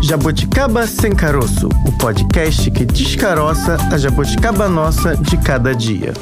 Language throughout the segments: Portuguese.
Jabuticaba Sem Caroço, o podcast que descaroça a jabuticaba nossa de cada dia.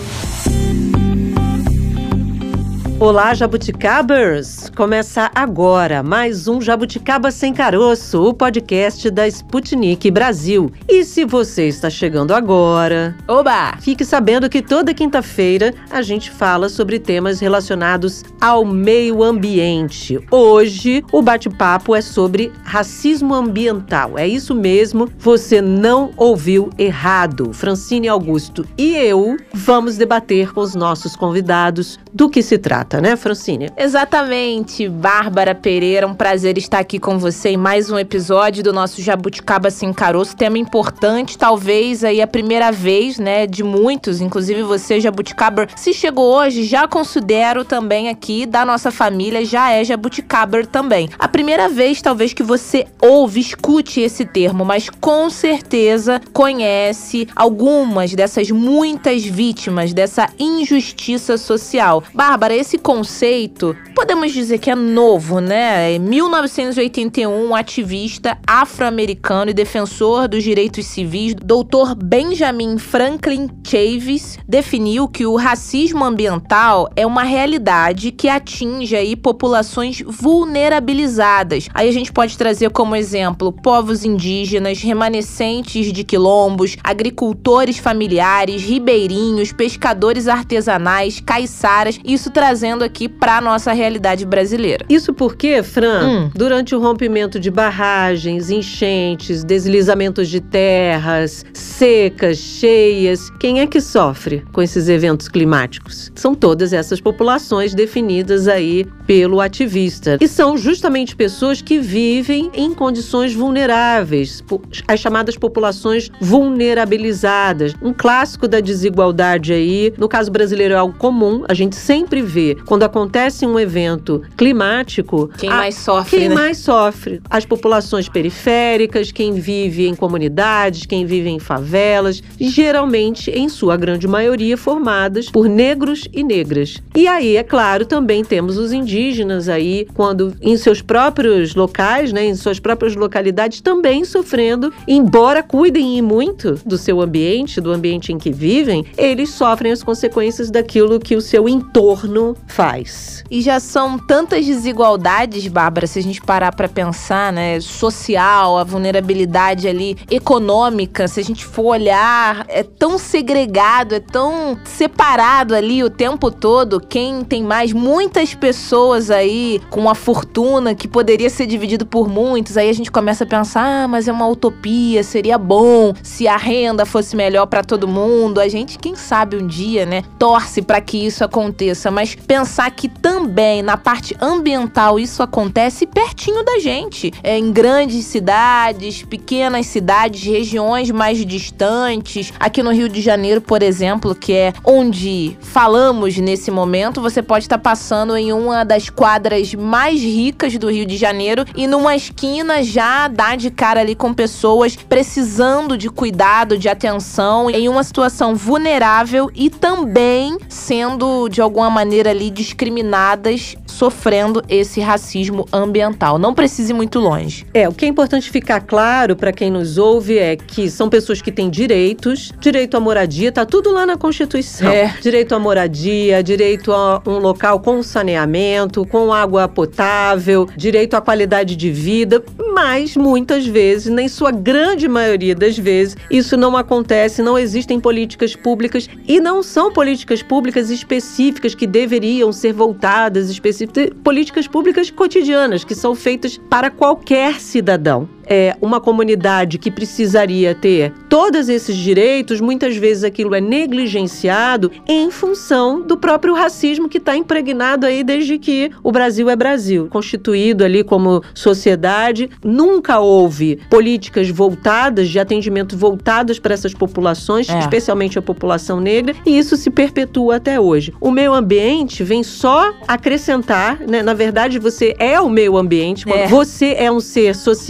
Olá, jabuticabers! Começa agora mais um Jabuticaba Sem Caroço, o podcast da Sputnik Brasil. E se você está chegando agora, oba! Fique sabendo que toda quinta-feira a gente fala sobre temas relacionados ao meio ambiente. Hoje, o bate-papo é sobre racismo ambiental. É isso mesmo, você não ouviu errado. Francine Augusto e eu vamos debater com os nossos convidados do que se trata, né, Francine? Exatamente, Bárbara Pereira, um prazer estar aqui com você em mais um episódio do nosso Jabuticaba Sem Caroço, tema importante, talvez aí a primeira vez, né, de muitos, inclusive você, Jabuticaber, se chegou hoje, já considero também aqui da nossa família, já é Jabuticaber também. A primeira vez, talvez, que você ouve, escute esse termo, mas com certeza conhece algumas dessas muitas vítimas dessa injustiça social. Bárbara, esse conceito, podemos dizer que é novo, né? Em 1981, um ativista afro-americano e defensor dos direitos civis, Dr. Benjamin Franklin Chaves, definiu que o racismo ambiental é uma realidade que atinge aí populações vulnerabilizadas. Aí a gente pode trazer como exemplo povos indígenas, remanescentes de quilombos, agricultores familiares, ribeirinhos, pescadores artesanais, caiçaras, isso trazendo aqui para nossa realidade brasileira. Isso porque, Fran, durante o rompimento de barragens, enchentes, deslizamentos de terras, secas, cheias, quem é que sofre com esses eventos climáticos? São todas essas populações definidas aí pelo ativista. E são justamente pessoas que vivem em condições vulneráveis, as chamadas populações vulnerabilizadas. Um clássico da desigualdade aí, no caso brasileiro é algo comum, a gente sempre vê, quando acontece um evento climático, quem mais sofre, quem né? mais sofre? As populações periféricas, quem vive em comunidades, quem vive em favelas, geralmente, em sua grande maioria, formadas por negros e negras. E aí, é claro, também temos os indígenas aí, quando em seus próprios locais, né, em suas próprias localidades, também sofrendo, embora cuidem e muito do seu ambiente, do ambiente em que vivem, eles sofrem as consequências daquilo que o seu entorno faz. E já são tantas desigualdades, Bárbara, se a gente parar para pensar, né, social, a vulnerabilidade ali econômica, se a gente for olhar, é tão segregado, é tão separado ali o tempo todo, quem tem mais, muitas pessoas aí com uma fortuna que poderia ser dividido por muitos, aí a gente começa a pensar, mas é uma utopia, seria bom se a renda fosse melhor para todo mundo, a gente, quem sabe um dia, né, torce para que isso aconteça, mas pensar que também na parte ambiental isso acontece pertinho da gente, em grandes cidades, pequenas cidades, regiões mais distantes. Aqui no Rio de Janeiro, por exemplo, que é onde falamos nesse momento, você pode estar passando em uma das quadras mais ricas do Rio de Janeiro e numa esquina já dá de cara ali com pessoas precisando de cuidado, de atenção, em uma situação vulnerável e também sendo de alguma maneira ali discriminadas, sofrendo esse racismo ambiental. Não precise ir muito longe. O que é importante ficar claro para quem nos ouve é que são pessoas que têm direitos, direito à moradia, tá tudo lá na Constituição. Direito à moradia, direito a um local com saneamento, com água potável, direito à qualidade de vida, mas muitas vezes, nem sua grande maioria das vezes, isso não acontece, não existem políticas públicas e não são políticas públicas específicas que deveriam ser voltadas, políticas públicas cotidianas, que são feitas para qualquer cidadão. Uma comunidade que precisaria ter todos esses direitos, muitas vezes aquilo é negligenciado em função do próprio racismo que está impregnado aí desde que o Brasil é Brasil. Constituído ali como sociedade, nunca houve políticas voltadas, de atendimento voltadas para essas populações, especialmente a população negra, e isso se perpetua até hoje. O meio ambiente vem só acrescentar, né? Na verdade, você é o meio ambiente, você é um ser social que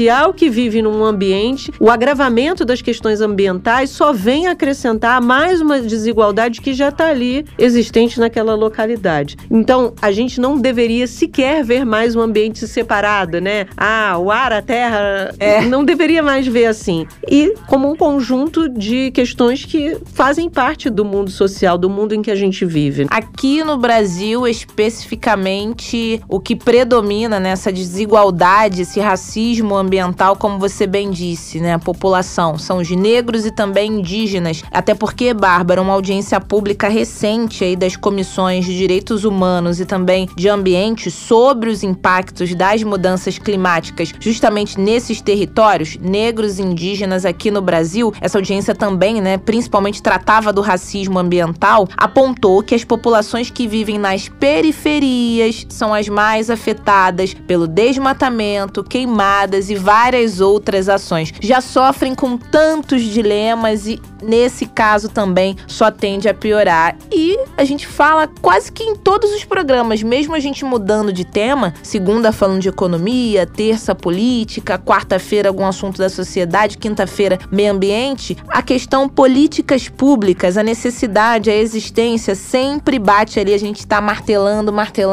gente vive num ambiente, o agravamento das questões ambientais só vem acrescentar mais uma desigualdade que já está ali existente naquela localidade. Então, a gente não deveria sequer ver mais um ambiente separado, né? O ar, a terra, não deveria mais ver assim. E como um conjunto de questões que fazem parte do mundo social, do mundo em que a gente vive. Aqui no Brasil, especificamente, o que predomina nessa desigualdade, esse racismo ambiental, como você bem disse, né? A população são os negros e também indígenas. Até porque, Bárbara, uma audiência pública recente aí das comissões de direitos humanos e também de ambiente sobre os impactos das mudanças climáticas justamente nesses territórios negros e indígenas aqui no Brasil, essa audiência também, né, principalmente tratava do racismo ambiental, apontou que as populações que vivem nas periferias são as mais afetadas pelo desmatamento, queimadas e várias outras ações. Já sofrem com tantos dilemas e, nesse caso, também só tende a piorar. E a gente fala quase que em todos os programas, mesmo a gente mudando de tema, segunda falando de economia, terça política, quarta-feira algum assunto da sociedade, quinta-feira meio ambiente, a questão políticas públicas, a necessidade, a existência sempre bate ali, a gente está martelando,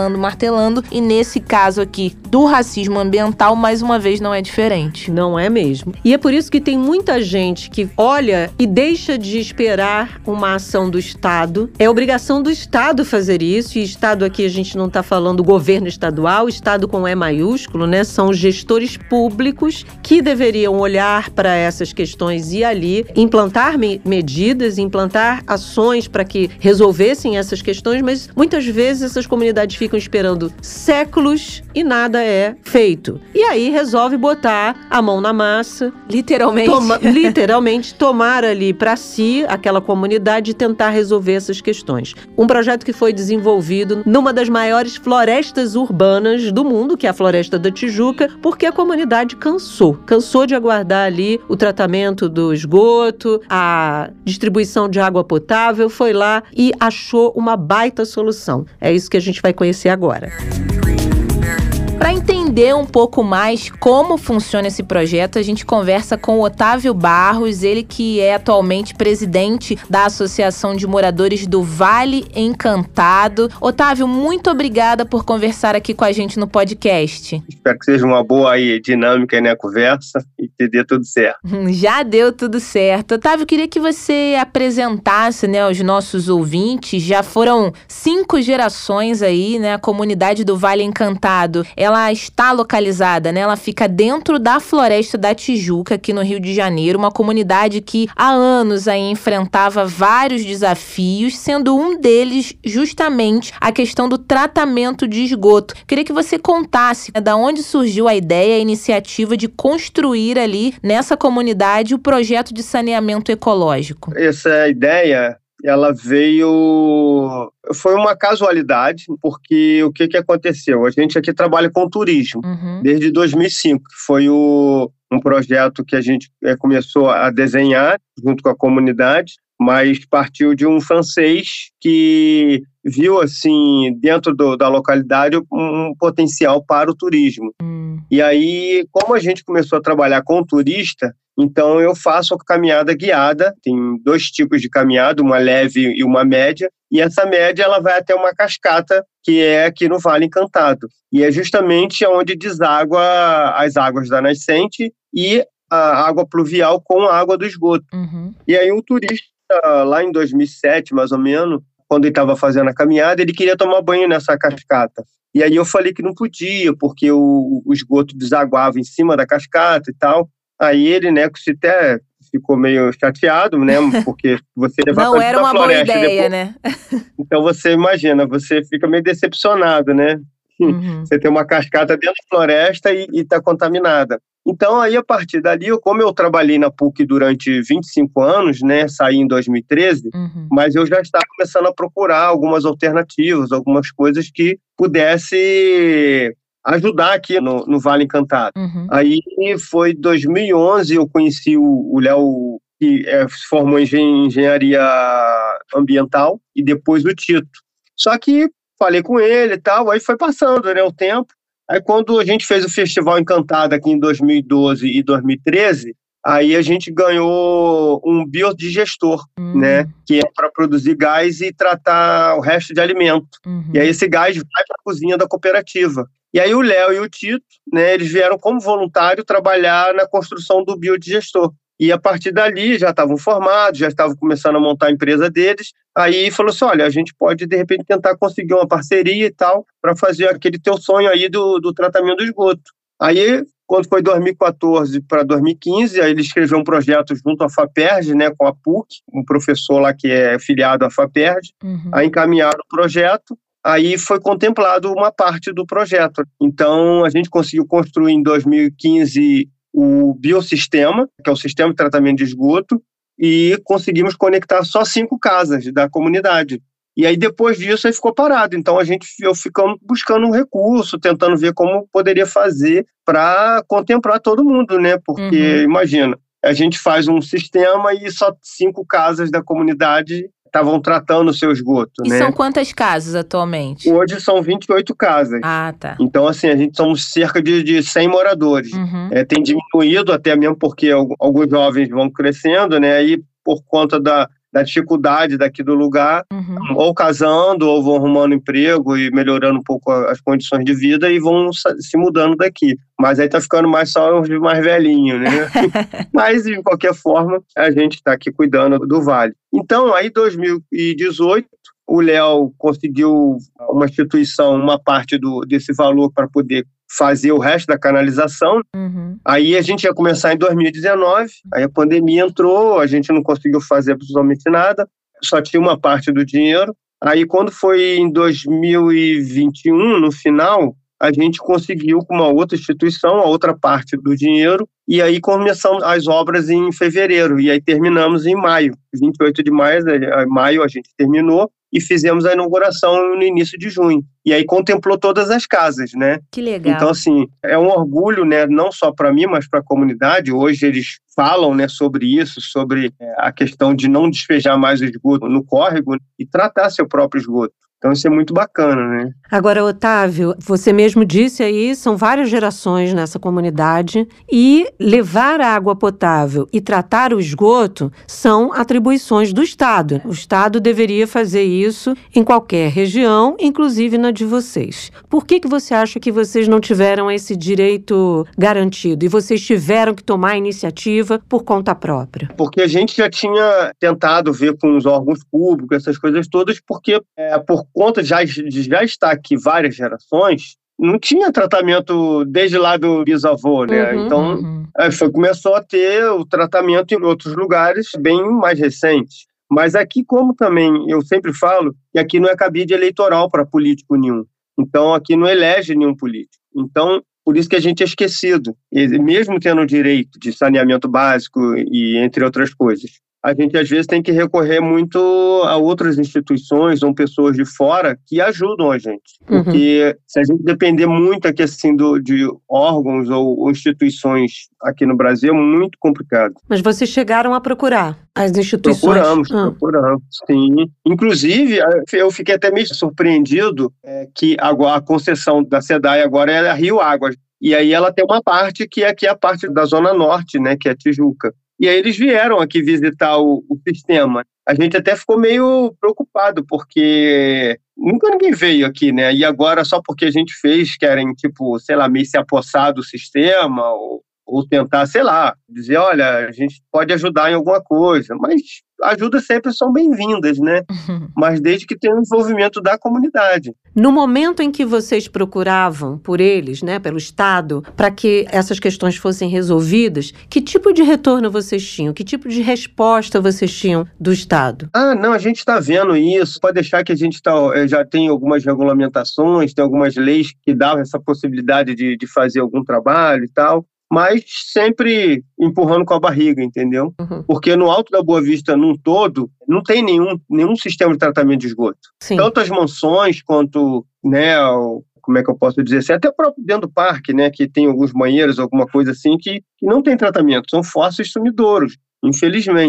e nesse caso aqui do racismo ambiental, mais uma vez, não é diferente. Não é mesmo. E é por isso que tem muita gente que olha e deixa de esperar uma ação do Estado. É obrigação do Estado fazer isso, e Estado aqui a gente não está falando governo estadual, Estado com E maiúsculo, né? São os gestores públicos que deveriam olhar para essas questões e ali implantar medidas, implantar ações para que resolvessem essas questões, mas muitas vezes essas comunidades ficam esperando séculos e nada é feito. E aí resolve botar a mão na massa. Literalmente tomar ali para si aquela comunidade e tentar resolver essas questões. Um projeto que foi desenvolvido numa das maiores florestas urbanas do mundo, que é a Floresta da Tijuca, porque a comunidade cansou de aguardar ali o tratamento do esgoto, a distribuição de água potável, foi lá e achou uma baita solução. É isso que a gente vai conhecer agora. Para entender um pouco mais como funciona esse projeto, a gente conversa com o Otávio Barros, ele que é atualmente presidente da Associação de Moradores do Vale Encantado. Otávio, muito obrigada por conversar aqui com a gente no podcast. Espero que seja uma boa aí, dinâmica aí, conversa e que dê tudo certo. Já deu tudo certo. Otávio, queria que você apresentasse, né, aos nossos ouvintes. Já foram 5 gerações aí, né, a comunidade do Vale Encantado. Ela está localizada, né? Ela fica dentro da Floresta da Tijuca, aqui no Rio de Janeiro, uma comunidade que há anos aí enfrentava vários desafios, sendo um deles justamente a questão do tratamento de esgoto. Queria que você contasse, né, da onde surgiu a ideia, a iniciativa de construir ali nessa comunidade o projeto de saneamento ecológico. Essa ideia, ela veio... Foi uma casualidade, porque o que aconteceu? A gente aqui trabalha com turismo, desde 2005, que foi um projeto que a gente começou a desenhar junto com a comunidade, mas partiu de um francês que viu, assim, dentro da localidade, um potencial para o turismo. E aí, como a gente começou a trabalhar com o turista, então eu faço a caminhada guiada, tem 2 tipos de caminhada, uma leve e uma média, e essa média ela vai até uma cascata, que é aqui no Vale Encantado. E é justamente onde deságua as águas da nascente e a água pluvial com a água do esgoto. E aí o turista, lá em 2007, mais ou menos, quando ele estava fazendo a caminhada, ele queria tomar banho nessa cascata. E aí eu falei que não podia, porque o esgoto desaguava em cima da cascata e tal. Aí ele, né, até ficou meio chateado, né, porque você levar não era uma boa ideia, depois, né? Então você imagina, você fica meio decepcionado, né? Você tem uma cascata dentro da floresta e está contaminada. Então, aí, a partir dali, como eu trabalhei na PUC durante 25 anos, né, saí em 2013, mas eu já estava começando a procurar algumas alternativas, algumas coisas que pudesse ajudar aqui no Vale Encantado. Aí, foi em 2011, eu conheci o Léo, que se formou em engenharia ambiental, e depois o Tito. Só que falei com ele e tal, aí foi passando, né, o tempo. Aí quando a gente fez o Festival Encantada aqui em 2012 e 2013, aí a gente ganhou um biodigestor, né? Que é para produzir gás e tratar o resto de alimento. E aí esse gás vai para a cozinha da cooperativa. E aí o Léo e o Tito, né, eles vieram como voluntário trabalhar na construção do biodigestor. E a partir dali já estavam formados, já estavam começando a montar a empresa deles. Aí falou assim, olha, a gente pode de repente tentar conseguir uma parceria e tal para fazer aquele teu sonho aí do tratamento do esgoto. Aí, quando foi 2014 para 2015, aí ele escreveu um projeto junto à FAPERJ, né, com a PUC, um professor lá que é filiado à FAPERJ, aí encaminharam o projeto. Aí foi contemplado uma parte do projeto. Então, a gente conseguiu construir em 2015 o biosistema, que é o sistema de tratamento de esgoto, e conseguimos conectar só 5 casas da comunidade. E aí, depois disso, aí ficou parado. Então, eu ficamos buscando um recurso, tentando ver como poderia fazer para contemplar todo mundo, né? Porque, imagina, a gente faz um sistema e só 5 casas da comunidade estavam tratando o seu esgoto, E né? são quantas casas atualmente? Hoje são 28 casas. Ah, tá. Então, assim, a gente somos cerca de 100 moradores. Tem diminuído até mesmo porque alguns jovens vão crescendo, né? Aí, por conta da dificuldade daqui do lugar, ou casando, ou vão arrumando emprego e melhorando um pouco as condições de vida e vão se mudando daqui. Mas aí tá ficando mais só os mais velhinhos, né? Mas, de qualquer forma, a gente está aqui cuidando do Vale. Então, aí em 2018, o Léo conseguiu uma instituição, uma parte desse valor para poder fazer o resto da canalização. Aí a gente ia começar em 2019, aí a pandemia entrou, a gente não conseguiu fazer absolutamente nada, só tinha uma parte do dinheiro. Aí quando foi em 2021, no final, a gente conseguiu com uma outra instituição, a outra parte do dinheiro, e aí começamos as obras em fevereiro, e aí terminamos em maio. 28 de maio a gente terminou, e fizemos a inauguração no início de junho. E aí contemplou todas as casas, né? Que legal. Então, assim, é um orgulho, né, não só para mim, mas para a comunidade. Hoje eles falam, né, sobre isso, sobre a questão de não despejar mais o esgoto no córrego e tratar seu próprio esgoto. Então isso é muito bacana, né? Agora, Otávio, você mesmo disse aí, são várias gerações nessa comunidade e levar a água potável e tratar o esgoto são atribuições do Estado. O Estado deveria fazer isso em qualquer região, inclusive na de vocês. Por que você acha que vocês não tiveram esse direito garantido e vocês tiveram que tomar a iniciativa por conta própria? Porque a gente já tinha tentado ver com os órgãos públicos, essas coisas todas, porque por conta de já estar aqui várias gerações, não tinha tratamento desde lá do bisavô, né? Então, começou a ter o tratamento em outros lugares bem mais recentes. Mas aqui, como também eu sempre falo, que aqui não é cabide eleitoral para político nenhum. Então, aqui não elege nenhum político. Então, por isso que a gente é esquecido. E mesmo tendo o direito de saneamento básico e entre outras coisas, a gente às vezes tem que recorrer muito a outras instituições ou pessoas de fora que ajudam a gente. Porque se a gente depender muito aqui assim de órgãos ou instituições aqui no Brasil, é muito complicado. Mas vocês chegaram a procurar as instituições? Procuramos, sim. Inclusive, eu fiquei até meio surpreendido que a concessão da SEDAI agora é a Rio Águas. E aí ela tem uma parte que é aqui a parte da Zona Norte, né, que é a Tijuca. E aí eles vieram aqui visitar o sistema. A gente até ficou meio preocupado, porque nunca ninguém veio aqui, né? E agora, só porque a gente fez, querem, tipo, sei lá, meio se apossar do sistema, ou tentar, sei lá, dizer, olha, a gente pode ajudar em alguma coisa. Mas ajudas sempre são bem-vindas, né? Mas desde que tenha o envolvimento da comunidade. No momento em que vocês procuravam por eles, né, pelo Estado, para que essas questões fossem resolvidas, que tipo de retorno vocês tinham? Que tipo de resposta vocês tinham do Estado? Não, a gente está vendo isso. Pode deixar que a gente já tem algumas regulamentações, tem algumas leis que davam essa possibilidade de fazer algum trabalho e tal. Mas sempre empurrando com a barriga, entendeu? Porque no Alto da Boa Vista, num todo, não tem nenhum sistema de tratamento de esgoto. Sim. Tanto as mansões quanto, né, como é que eu posso dizer assim, até próprio dentro do parque, né, que tem alguns banheiros, alguma coisa assim, que não tem tratamento, são fósseis sumidouros, infelizmente.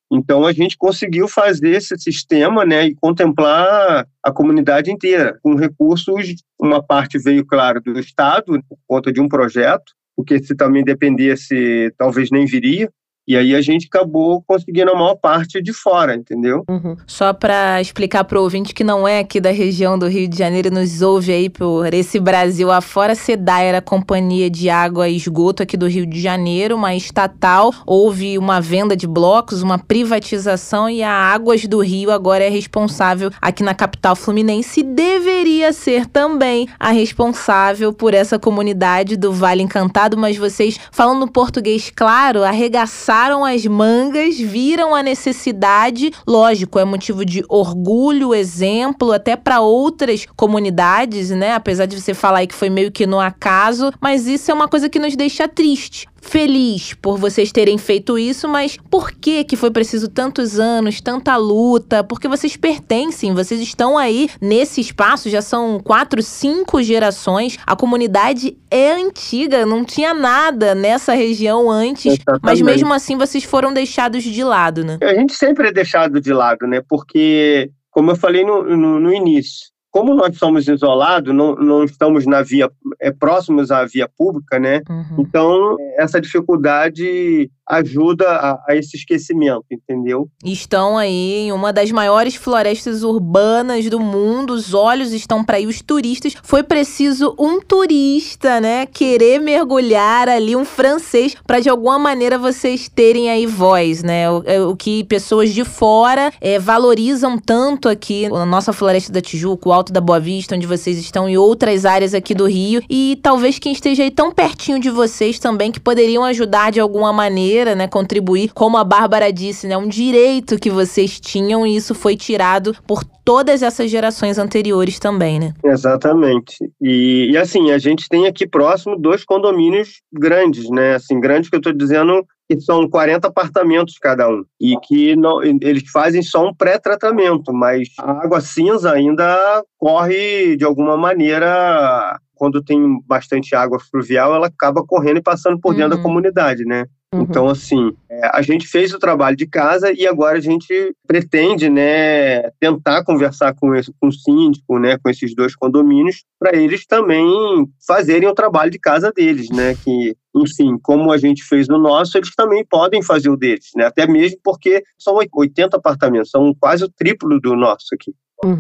Então a gente conseguiu fazer esse sistema, né, e contemplar a comunidade inteira com recursos. Uma parte veio, claro, do Estado por conta de um projeto, porque se também dependesse, talvez nem viria. E aí a gente acabou conseguindo a maior parte de fora, entendeu? Só para explicar pro ouvinte que não é aqui da região do Rio de Janeiro e nos ouve aí por esse Brasil afora, a SEDAI era a Companhia de Água e Esgoto aqui do Rio de Janeiro, uma estatal. Houve uma venda de blocos, uma privatização e a Águas do Rio agora é responsável aqui na capital fluminense e deveria ser também a responsável por essa comunidade do Vale Encantado, mas vocês, falando português claro, arregaçaram as mangas, viram a necessidade, lógico, é motivo de orgulho, exemplo, até para outras comunidades, né? Apesar de você falar aí que foi meio que no acaso, mas isso é uma coisa que nos deixa triste. Feliz por vocês terem feito isso, mas por que foi preciso tantos anos, tanta luta? Porque vocês pertencem, vocês estão aí nesse espaço, já são 4, 5 gerações, a comunidade é antiga, não tinha nada nessa região antes, Exatamente. Mas mesmo assim vocês foram deixados de lado, né? A gente sempre é deixado de lado, né? Porque, como eu falei no início, como nós somos isolados, não estamos na via, próximos à via pública, né? Então, essa dificuldade ajuda a esse esquecimento, entendeu? Estão aí em uma das maiores florestas urbanas do mundo, os olhos estão para aí, os turistas. Foi preciso um turista, né, querer mergulhar ali, um francês, para de alguma maneira vocês terem aí voz, né? O que pessoas de fora valorizam tanto aqui na nossa Floresta da Tijuca, o Alto da Boa Vista, onde vocês estão, e outras áreas aqui do Rio. E talvez quem esteja aí tão pertinho de vocês também, que poderiam ajudar de alguma maneira, né, contribuir, como a Bárbara disse, né, um direito que vocês tinham e isso foi tirado por todas essas gerações anteriores também, né? Exatamente. E assim, a gente tem aqui próximo 2 condomínios grandes, né, assim, grandes que eu estou dizendo que são 40 apartamentos cada um, e que eles fazem só um pré-tratamento, mas a água cinza ainda corre de alguma maneira. Quando tem bastante água fluvial, ela acaba correndo e passando por dentro da comunidade, né? Então, assim, a gente fez o trabalho de casa e agora a gente pretende, né, tentar conversar com o síndico, né, com esses 2 condomínios, para eles também fazerem o trabalho de casa deles, né? Que, enfim, como a gente fez o nosso, eles também podem fazer o deles, né? Até mesmo porque são 80 apartamentos, são quase o triplo do nosso aqui.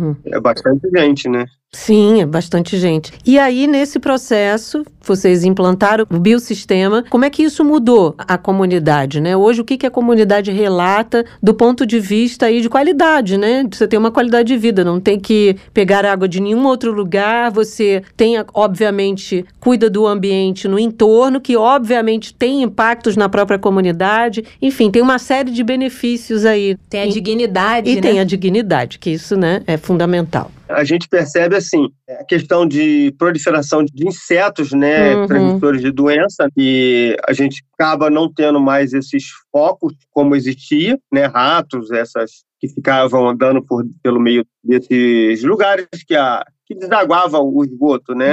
É bastante gente, né? Sim, é bastante gente. E aí, nesse processo, vocês implantaram o biosistema. Como é que isso mudou a comunidade, né? Hoje, o que a comunidade relata do ponto de vista aí de qualidade, né? Você tem uma qualidade de vida, não tem que pegar água de nenhum outro lugar. Você tem, obviamente, cuida do ambiente no entorno, que obviamente tem impactos na própria comunidade. Enfim, tem uma série de benefícios aí. Tem a dignidade, né? E tem a dignidade, que isso, né, é fundamental. A gente percebe, assim, a questão de proliferação de insetos, né, transmissores de doença, e a gente acaba não tendo mais esses focos como existia, né, ratos, essas que ficavam andando pelo meio desses lugares que desaguava o esgoto, né?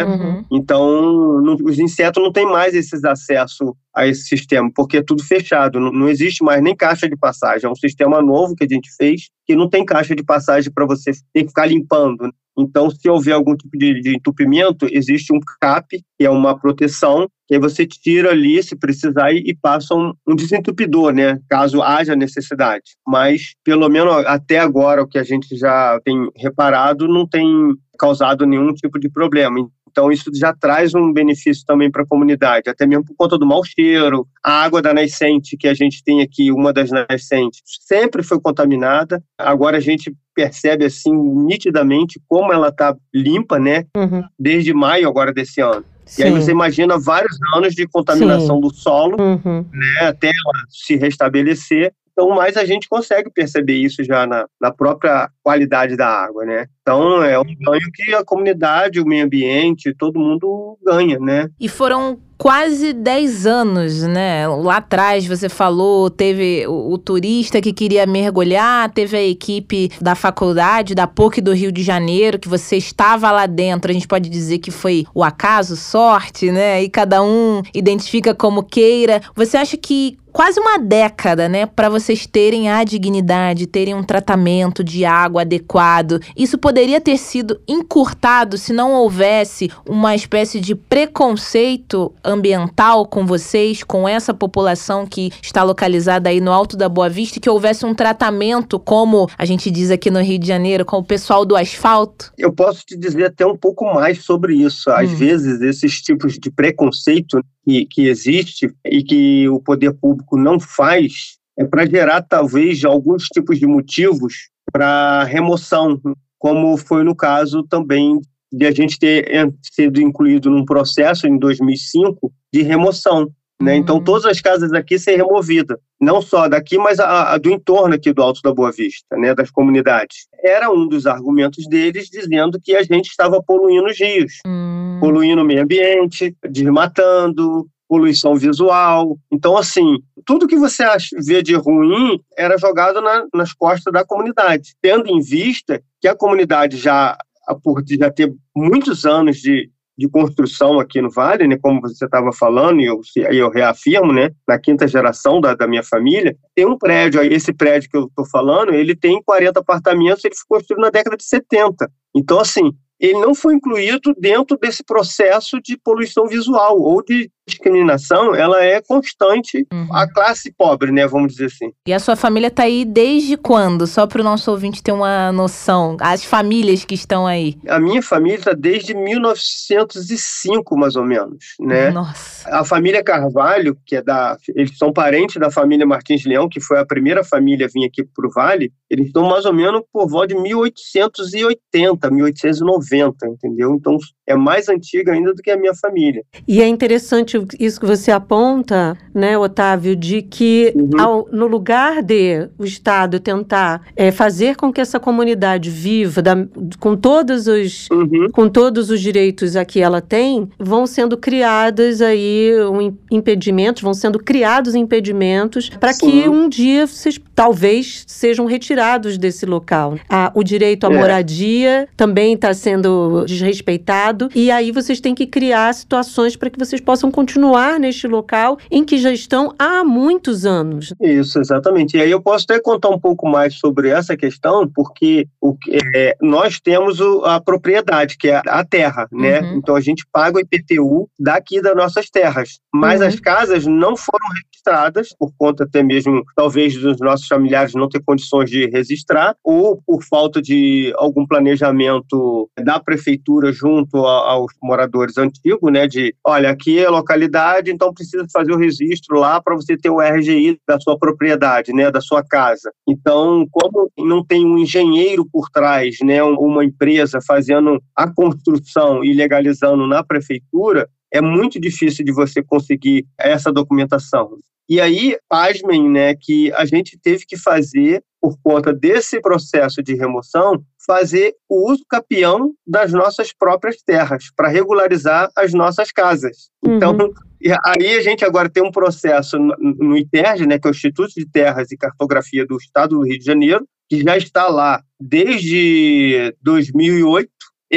Então, os insetos não têm mais esses acessos a esse sistema, porque é tudo fechado, não existe mais nem caixa de passagem. É um sistema novo que a gente fez, que não tem caixa de passagem para você ter que ficar limpando. Então, se houver algum tipo de entupimento, existe um CAP, que é uma proteção, que aí você tira ali, se precisar, e passa um desentupidor, né? Caso haja necessidade. Mas, pelo menos até agora, o que a gente já tem reparado, não tem causado nenhum tipo de problema. Então, isso já traz um benefício também para a comunidade, até mesmo por conta do mau cheiro. A água da nascente que a gente tem aqui, uma das nascentes, sempre foi contaminada. Agora a gente percebe, assim, nitidamente como ela está limpa, né? Desde maio agora desse ano. Sim. E aí você imagina vários anos de contaminação do solo, né? Até ela se restabelecer. Então, mas a gente consegue perceber isso já na própria qualidade da água, né? Então, é um ganho que a comunidade, o meio ambiente, todo mundo ganha, né? E foram quase 10 anos, né? Lá atrás você falou, teve o turista que queria mergulhar, teve a equipe da faculdade, da PUC do Rio de Janeiro, que você estava lá dentro. A gente pode dizer que foi o acaso, sorte, né? E cada um identifica como queira. Você acha que quase uma década, né, para vocês terem a dignidade, terem um tratamento de água adequado, isso poderia ter sido encurtado se não houvesse uma espécie de preconceito ambiental com vocês, com essa população que está localizada aí no Alto da Boa Vista, e que houvesse um tratamento, como a gente diz aqui no Rio de Janeiro, com o pessoal do asfalto? Eu posso te dizer até um pouco mais sobre isso. Às vezes, esses tipos de preconceito que existe e que o poder público não faz é para gerar, talvez, alguns tipos de motivos para remoção, como foi no caso também de a gente ter sido incluído num processo em 2005 de remoção. Né? Então, todas as casas aqui serem removidas, não só daqui, mas a do entorno aqui do Alto da Boa Vista, né? Das comunidades. Era um dos argumentos deles, dizendo que a gente estava poluindo os rios, poluindo o meio ambiente, desmatando, poluição visual. Então, assim, tudo que você vê de ruim era jogado nas costas da comunidade, tendo em vista que a comunidade por já ter muitos anos de construção aqui no Vale, né, como você estava falando, e eu reafirmo, né, na quinta geração da minha família, tem um prédio, esse prédio que eu estou falando, ele tem 40 apartamentos, ele foi construído na década de 70. Então, assim, ele não foi incluído dentro desse processo de poluição visual ou de discriminação. Ela é constante. A classe pobre, né, vamos dizer assim. E a sua família está aí desde quando? Só para o nosso ouvinte ter uma noção. As famílias que estão aí. A minha família está desde 1905, mais ou menos, né? Nossa. A família Carvalho, eles são parentes da família Martins Leão, que foi a primeira família a vir aqui para o Vale. Eles estão mais ou menos por volta de 1880, 1890, entendeu? Então, é mais antiga ainda do que a minha família. E é interessante isso que você aponta, né, Otávio, de que no lugar de o Estado tentar fazer com que essa comunidade viva com todos os direitos a que ela tem, vão sendo criados aí impedimentos, vão sendo criados impedimentos para que um dia vocês talvez sejam retirados desse local. O direito à moradia também está sendo desrespeitado, e aí vocês têm que criar situações para que vocês possam continuar neste local em que já estão há muitos anos. Isso, exatamente. E aí eu posso até contar um pouco mais sobre essa questão, porque nós temos a propriedade, que é a terra, né? Então a gente paga o IPTU daqui das nossas terras, mas as casas não foram registradas, por conta até mesmo, talvez, dos nossos familiares não ter condições de registrar, ou por falta de algum planejamento da prefeitura junto aos moradores antigos, né? Olha, aqui é a localidade, então precisa fazer o registro lá para você ter o RGI da sua propriedade, né? Da sua casa. Então, como não tem um engenheiro por trás, né? Uma empresa fazendo a construção e legalizando na prefeitura, é muito difícil de você conseguir essa documentação. E aí, pasmem, né, que a gente teve que fazer, por conta desse processo de remoção, fazer o uso capião das nossas próprias terras, para regularizar as nossas casas. Então, aí a gente agora tem um processo no ITERJ, né, que é o Instituto de Terras e Cartografia do Estado do Rio de Janeiro, que já está lá desde 2008,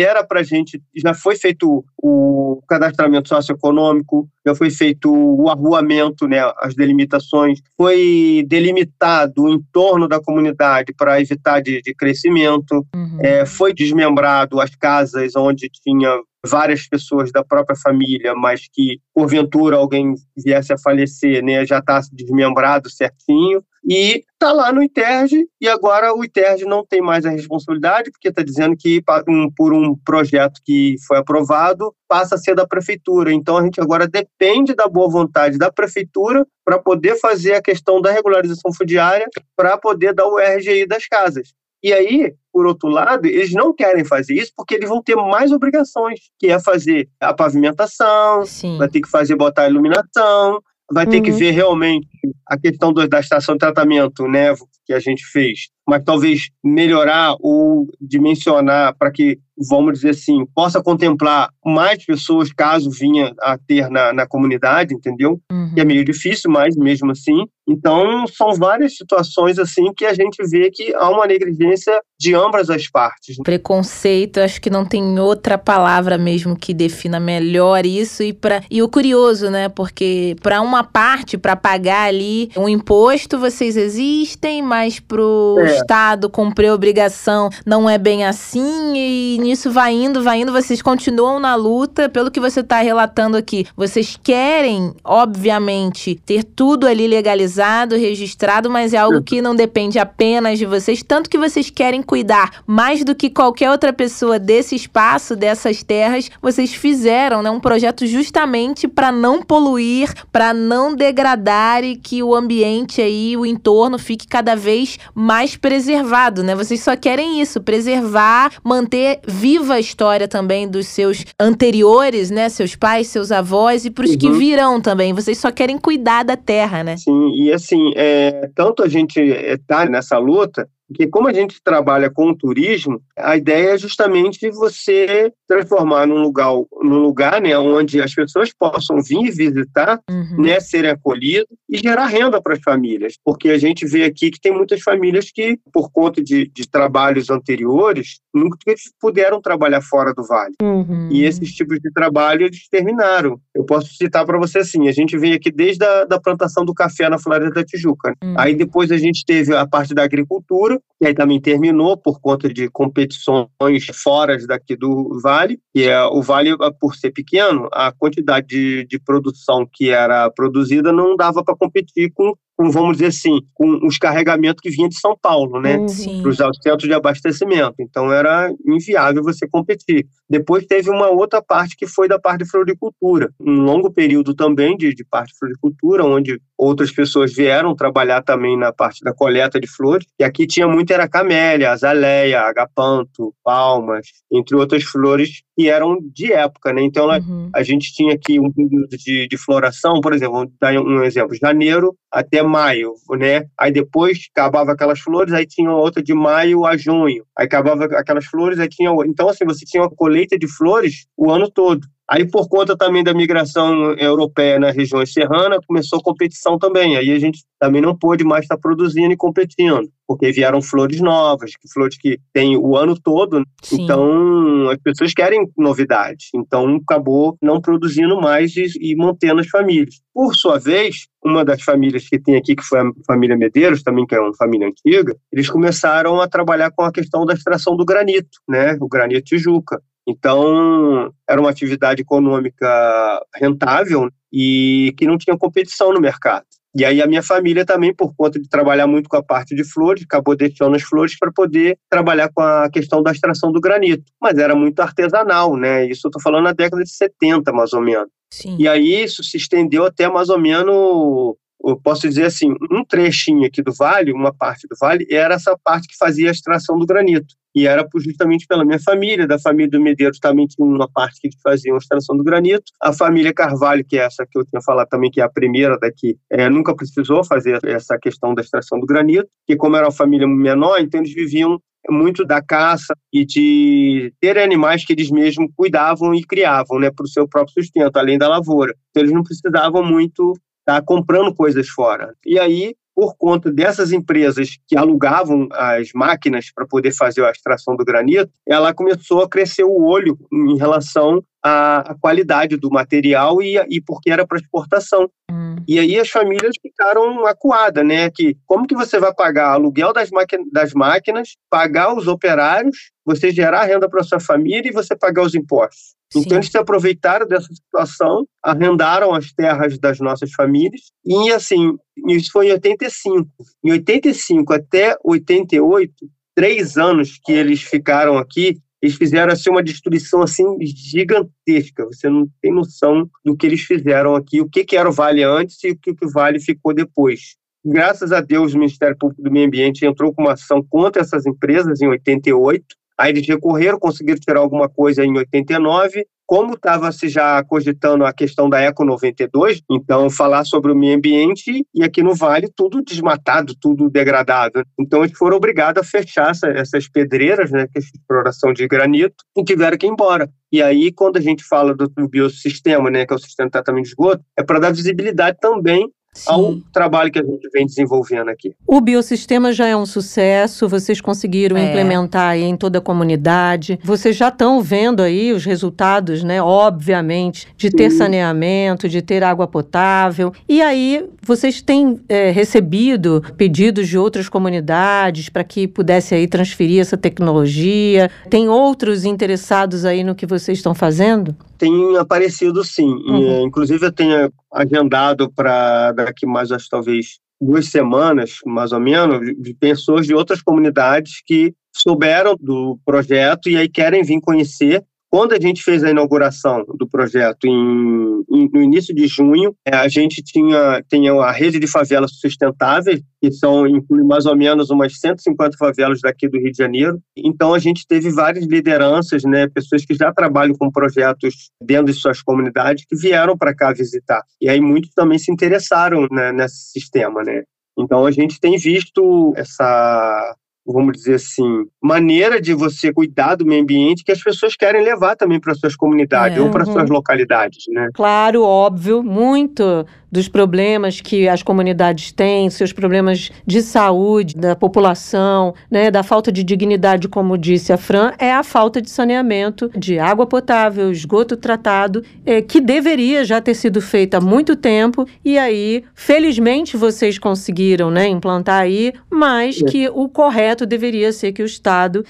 já foi feito o cadastramento socioeconômico, já foi feito o arruamento, né, as delimitações, foi delimitado o entorno da comunidade para evitar de crescimento, foi desmembrado as casas onde tinha várias pessoas da própria família, mas que, porventura, alguém viesse a falecer, né, já está desmembrado certinho, e está lá no ITERJ, e agora o ITERJ não tem mais a responsabilidade, porque está dizendo que, por um projeto que foi aprovado, passa a ser da prefeitura. Então, a gente agora depende da boa vontade da prefeitura para poder fazer a questão da regularização fundiária, para poder dar o RGI das casas. E aí, por outro lado, eles não querem fazer isso porque eles vão ter mais obrigações, que é fazer a pavimentação, vai ter que botar a iluminação, vai ter que ver realmente a questão da estação de tratamento, né, que a gente fez, mas talvez melhorar ou dimensionar para que, vamos dizer assim, possa contemplar mais pessoas caso vinha a ter na comunidade, entendeu? Que é meio difícil, mas mesmo assim. Então, são várias situações assim que a gente vê que há uma negligência de ambas as partes. Preconceito, acho que não tem outra palavra mesmo que defina melhor isso. E o curioso, né? Porque para uma parte, para pagar ali um imposto, vocês existem, mas pro Estado cumprir a obrigação não é bem assim. E nisso vai indo, vocês continuam na luta. Pelo que você está relatando aqui, vocês querem, obviamente, ter tudo ali legalizado, registrado, mas é algo que não depende apenas de vocês, tanto que vocês querem cuidar mais do que qualquer outra pessoa desse espaço, dessas terras. Vocês fizeram, né, um projeto justamente para não poluir, para não degradar e que o ambiente aí, o entorno fique cada vez mais preservado, né? Vocês só querem isso, preservar, manter viva a história também dos seus anteriores, né, seus pais, seus avós e pros que virão também. Vocês só querem cuidar da terra, né? Sim, e assim, tanto a gente tá nessa luta, porque como a gente trabalha com o turismo, a ideia é justamente você transformar num lugar, né, onde as pessoas possam vir visitar, né, serem acolhidas e gerar renda para as famílias. Porque a gente vê aqui que tem muitas famílias que, por conta de trabalhos anteriores, nunca puderam trabalhar fora do Vale. E esses tipos de trabalho, eles terminaram. Eu posso citar para você assim, a gente veio aqui desde a plantação do café na Floresta da Tijuca. Aí depois a gente teve a parte da agricultura, e aí também terminou por conta de competições fora daqui do Vale, e o Vale, por ser pequeno, a quantidade de produção que era produzida não dava para competir com, vamos dizer assim, com os carregamentos que vinham de São Paulo, né? Para os centros de abastecimento. Então era inviável você competir. Depois teve uma outra parte que foi da parte de floricultura. Um longo período também de parte de floricultura, onde outras pessoas vieram trabalhar também na parte da coleta de flores. E aqui tinha muito, era camélia, azaleia, agapanto, palmas, entre outras flores que eram de época, né? Então a gente tinha aqui um período de floração, por exemplo, vamos dar um exemplo, janeiro até maio, né? Aí depois acabava aquelas flores, aí tinha outra de maio a junho. Aí acabava aquelas flores, aí tinha outra. Então, assim, você tinha uma colheita de flores o ano todo. Aí, por conta também da migração europeia nas regiões serranas, começou a competição também. Aí a gente também não pôde mais estar produzindo e competindo, porque vieram flores novas, flores que tem o ano todo. Sim. Então, as pessoas querem novidades. Então, acabou não produzindo mais e mantendo as famílias. Por sua vez, uma das famílias que tem aqui, que foi a família Medeiros, também que é uma família antiga, eles começaram a trabalhar com a questão da extração do granito, né? O granito Tijuca. Então, era uma atividade econômica rentável e que não tinha competição no mercado. E aí a minha família também, por conta de trabalhar muito com a parte de flores, acabou deixando as flores para poder trabalhar com a questão da extração do granito. Mas era muito artesanal, né? Isso eu estou falando na década de 70, mais ou menos. Sim. E aí isso se estendeu até mais ou menos, eu posso dizer assim, um trechinho aqui do vale, uma parte do vale, era essa parte que fazia a extração do granito. E era justamente pela minha família, da família do Medeiros também tinha uma parte que fazia a extração do granito. A família Carvalho, que é essa que eu tinha falado também, que é a primeira daqui, nunca precisou fazer essa questão da extração do granito, porque como era uma família menor, então eles viviam muito da caça e de ter animais que eles mesmos cuidavam e criavam, né, para o seu próprio sustento, além da lavoura. Então eles não precisavam muito estar comprando coisas fora. E aí, por conta dessas empresas que alugavam as máquinas para poder fazer a extração do granito, ela começou a crescer o olho em relação à qualidade do material e porque era para exportação. E aí as famílias ficaram acuadas, né? Que como que você vai pagar aluguel das máquinas, pagar os operários, você gerar renda para sua família e você pagar os impostos? Sim. Então eles se aproveitaram dessa situação, arrendaram as terras das nossas famílias e assim, isso foi em 85. Em 85 até 88, 3 anos que eles ficaram aqui, eles fizeram assim, uma destruição assim, gigantesca. Você não tem noção do que eles fizeram aqui, o que era o Vale antes e o que o Vale ficou depois. Graças a Deus, o Ministério Público do Meio Ambiente entrou com uma ação contra essas empresas em 88. Aí eles recorreram, conseguiram tirar alguma coisa em 89. como estava se já cogitando a questão da Eco 92, então falar sobre o meio ambiente, e aqui no Vale tudo desmatado, tudo degradado. Então eles foram obrigados a fechar essas pedreiras, né, que é a exploração de granito, e tiveram que ir embora. E aí, quando a gente fala do biossistema, né, que é o sistema de tratamento de esgoto, é para dar visibilidade também ao trabalho que a gente vem desenvolvendo aqui. O biossistema já é um sucesso, vocês conseguiram implementar aí em toda a comunidade. Vocês já estão vendo aí os resultados, né, obviamente, de ter saneamento, de ter água potável. E aí, vocês têm recebido pedidos de outras comunidades para que pudesse aí transferir essa tecnologia? Tem outros interessados aí no que vocês estão fazendo? Tem aparecido, sim. Inclusive, eu tenho agendado para daqui mais, acho, talvez 2 semanas, mais ou menos, de pessoas de outras comunidades que souberam do projeto e aí querem vir conhecer. Quando a gente fez a inauguração do projeto no início de junho, a gente tinha a rede de favelas sustentáveis, que inclui mais ou menos umas 150 favelas daqui do Rio de Janeiro. Então, a gente teve várias lideranças, né, pessoas que já trabalham com projetos dentro de suas comunidades, que vieram para cá visitar. E aí, muitos também se interessaram, né, nesse sistema, né? Então, a gente tem visto essa, vamos dizer assim, maneira de você cuidar do meio ambiente que as pessoas querem levar também para suas comunidades ou para suas localidades, né? Claro, óbvio, muito dos problemas que as comunidades têm, seus problemas de saúde, da população, né, da falta de dignidade, como disse a Fran, é a falta de saneamento, de água potável, esgoto tratado, que deveria já ter sido feita há muito tempo, e aí, felizmente, vocês conseguiram, né, implantar aí, mas que o correto deveria ser que o Estado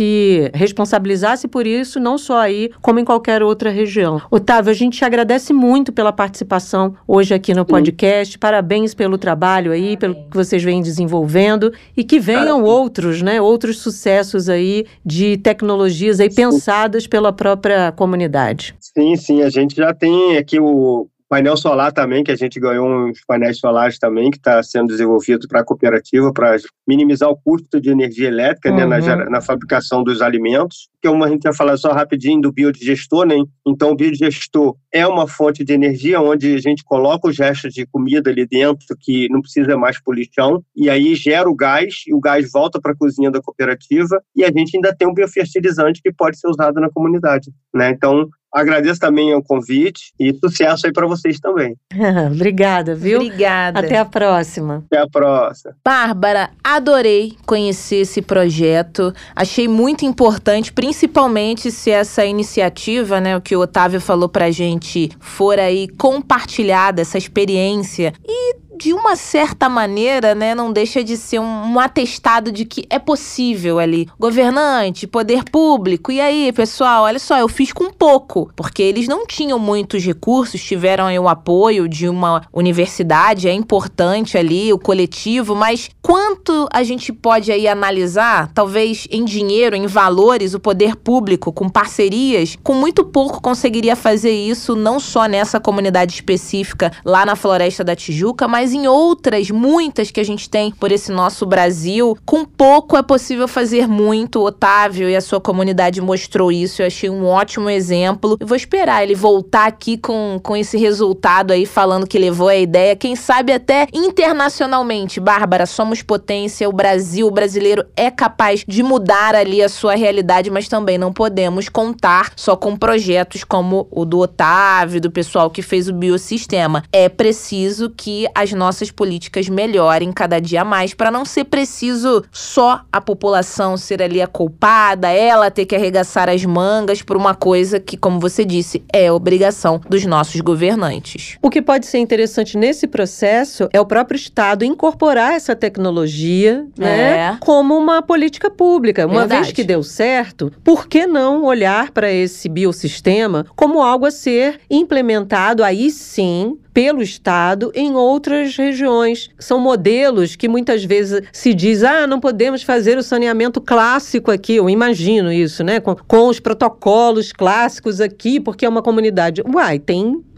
se responsabilizasse por isso, não só aí, como em qualquer outra região. Otávio, a gente te agradece muito pela participação hoje aqui no podcast. Parabéns pelo trabalho aí, pelo que vocês vêm desenvolvendo, e que venham outros, né, outros sucessos aí de tecnologias aí pensadas pela própria comunidade. Sim, a gente já tem aqui o painel solar também, que a gente ganhou uns painéis solares também, que está sendo desenvolvido para a cooperativa, para minimizar o custo de energia elétrica, né, na fabricação dos alimentos. Que a gente vai falar só rapidinho do biodigestor, né? Então, o biodigestor é uma fonte de energia onde a gente coloca os restos de comida ali dentro, que não precisa mais pôr lixão, e aí gera o gás, e o gás volta para a cozinha da cooperativa, e a gente ainda tem um biofertilizante que pode ser usado na comunidade, né? Então, agradeço também o convite e sucesso aí para vocês também. Obrigada, viu? Obrigada. Até a próxima. Até a próxima. Bárbara, adorei conhecer esse projeto. Achei muito importante, principalmente se essa iniciativa, né, o que o Otávio falou pra gente, for aí compartilhada, essa experiência. E de uma certa maneira, né, não deixa de ser um atestado de que é possível ali. Governante, poder público, e aí, pessoal, olha só, eu fiz com pouco, porque eles não tinham muitos recursos, tiveram aí o apoio de uma universidade, é importante ali, o coletivo, mas quanto a gente pode aí analisar, talvez em dinheiro, em valores, o poder público, com parcerias, com muito pouco conseguiria fazer isso, não só nessa comunidade específica lá na Floresta da Tijuca, mas em outras, muitas que a gente tem por esse nosso Brasil. Com pouco é possível fazer muito. O Otávio e a sua comunidade mostrou isso. Eu achei um ótimo exemplo. Eu vou esperar ele voltar aqui com esse resultado aí, falando que levou a ideia, quem sabe até internacionalmente. Bárbara, somos potência, o Brasil, o brasileiro é capaz de mudar ali a sua realidade, mas também não podemos contar só com projetos como o do Otávio, do pessoal que fez o biossistema. É preciso que as nossas políticas melhorem cada dia mais, para não ser preciso só a população ser ali a culpada, ela ter que arregaçar as mangas por uma coisa que, como você disse, é obrigação dos nossos governantes. O que pode ser interessante nesse processo é o próprio Estado incorporar essa tecnologia, né, como uma política pública. Uma vez que deu certo, por que não olhar para esse biossistema como algo a ser implementado, aí sim, pelo Estado em outras regiões. São modelos que muitas vezes se diz, não podemos fazer o saneamento clássico aqui, eu imagino isso, né? Com os protocolos clássicos aqui, porque é uma comunidade. Tem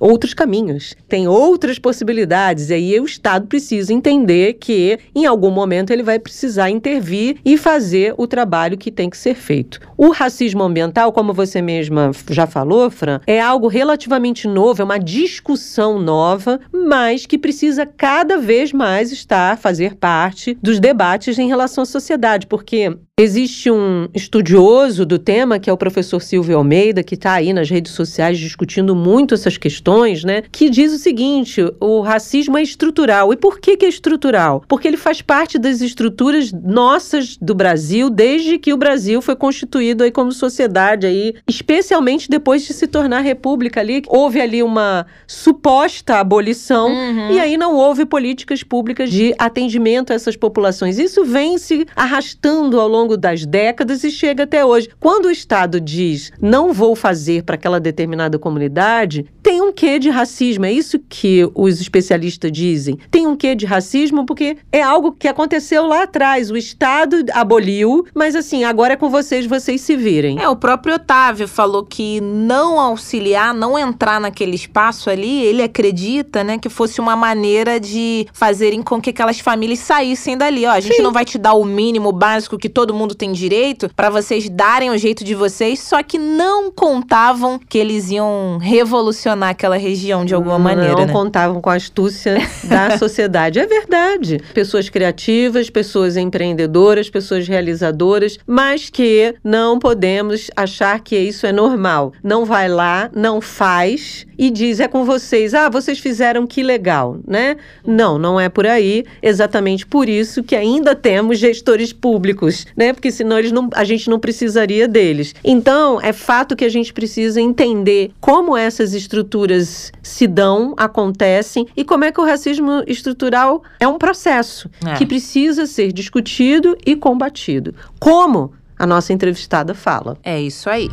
outros caminhos, tem outras possibilidades. E aí o Estado precisa entender que, em algum momento, ele vai precisar intervir e fazer o trabalho que tem que ser feito. O racismo ambiental, como você mesma já falou, Fran, é algo relativamente novo, é uma discussão nova, mas que precisa cada vez mais fazer parte dos debates em relação à sociedade, porque existe um estudioso do tema, que é o professor Silvio Almeida, que está aí nas redes sociais discutindo muito essas questões, né? Que diz o seguinte: o racismo é estrutural. E por que é estrutural? Porque ele faz parte das estruturas nossas do Brasil, desde que o Brasil foi constituído aí como sociedade, aí, especialmente depois de se tornar república ali. Houve ali uma suposta abolição e aí não houve políticas públicas de atendimento a essas populações. Isso vem se arrastando ao longo das décadas e chega até hoje. Quando o Estado diz não vou fazer para aquela determinada comunidade, tem um quê de racismo. É isso que os especialistas dizem. Tem um quê de racismo porque é algo que aconteceu lá atrás. O Estado aboliu, mas assim, agora é com vocês se virem. O próprio Otávio falou que não auxiliar, não entrar naquele espaço ali, ele acredita, né, que fosse uma maneira de fazerem com que aquelas famílias saíssem dali. A gente não vai te dar o mínimo básico que todo mundo tem direito para vocês darem o jeito de vocês, só que não contavam que eles iam revolucionar aquela região de alguma maneira, Não contavam com a astúcia da sociedade. É verdade. Pessoas criativas, pessoas empreendedoras, pessoas realizadoras, mas que não podemos achar que isso é normal. Não vai lá, não faz e diz, é com vocês. Vocês fizeram, que legal, né? Não é por aí. Exatamente por isso que ainda temos gestores públicos, né? Porque senão a gente não precisaria deles. Então, é fato que a gente precisa entender como essas estruturas se dão, acontecem, e como é que o racismo estrutural é um processo que precisa ser discutido e combatido. Como a nossa entrevistada fala. É isso aí.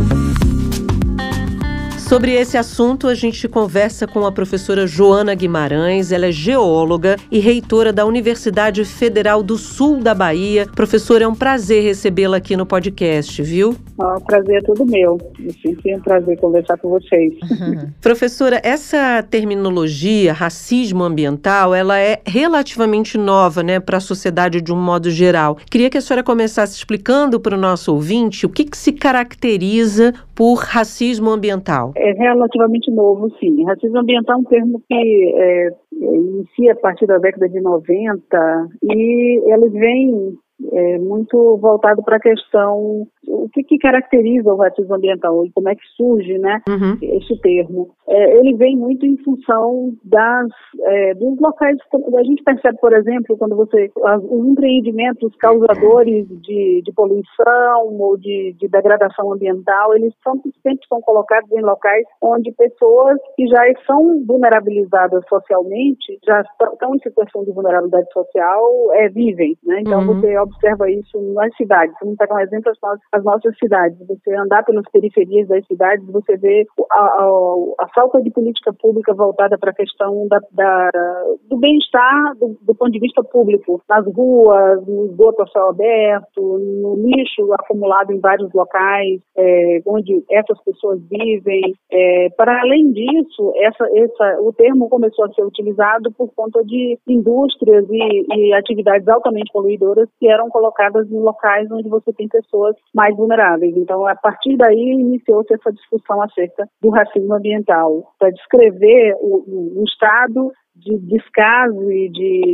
Sobre esse assunto, a gente conversa com a professora Joana Guimarães. Ela é geóloga e reitora da Universidade Federal do Sul da Bahia. Professora, é um prazer recebê-la aqui no podcast, viu? O prazer é todo meu. Sempre é um prazer conversar com vocês. Professora, essa terminologia, racismo ambiental, ela é relativamente nova, né, para a sociedade de um modo geral. Queria que a senhora começasse explicando para o nosso ouvinte o que se caracteriza por racismo ambiental. É relativamente novo, sim. Racismo ambiental é um termo que inicia a partir da década de 90 e ele vem muito voltado para a questão, o que caracteriza o racismo ambiental e como é que surge, né, esse termo. Ele vem muito em função dos locais. A gente percebe, por exemplo, quando os empreendimentos causadores de poluição ou de degradação ambiental, eles sempre são colocados em locais onde pessoas que já são vulnerabilizadas socialmente, já estão em situação de vulnerabilidade social, vivem, né? Então você observa isso nas cidades. Vamos pegar um exemplo, as nossas cidades. Você andar pelas periferias das cidades, você vê a falta de política pública voltada para a questão do bem-estar do ponto de vista público, nas ruas, no esgoto a céu aberto, no lixo acumulado em vários locais, onde essas pessoas vivem. Para além disso, o termo começou a ser utilizado por conta de indústrias e atividades altamente poluidoras que eram colocadas em locais onde você tem pessoas mais vulneráveis. Então, a partir daí, iniciou-se essa discussão acerca do racismo ambiental, para descrever o estado de descaso e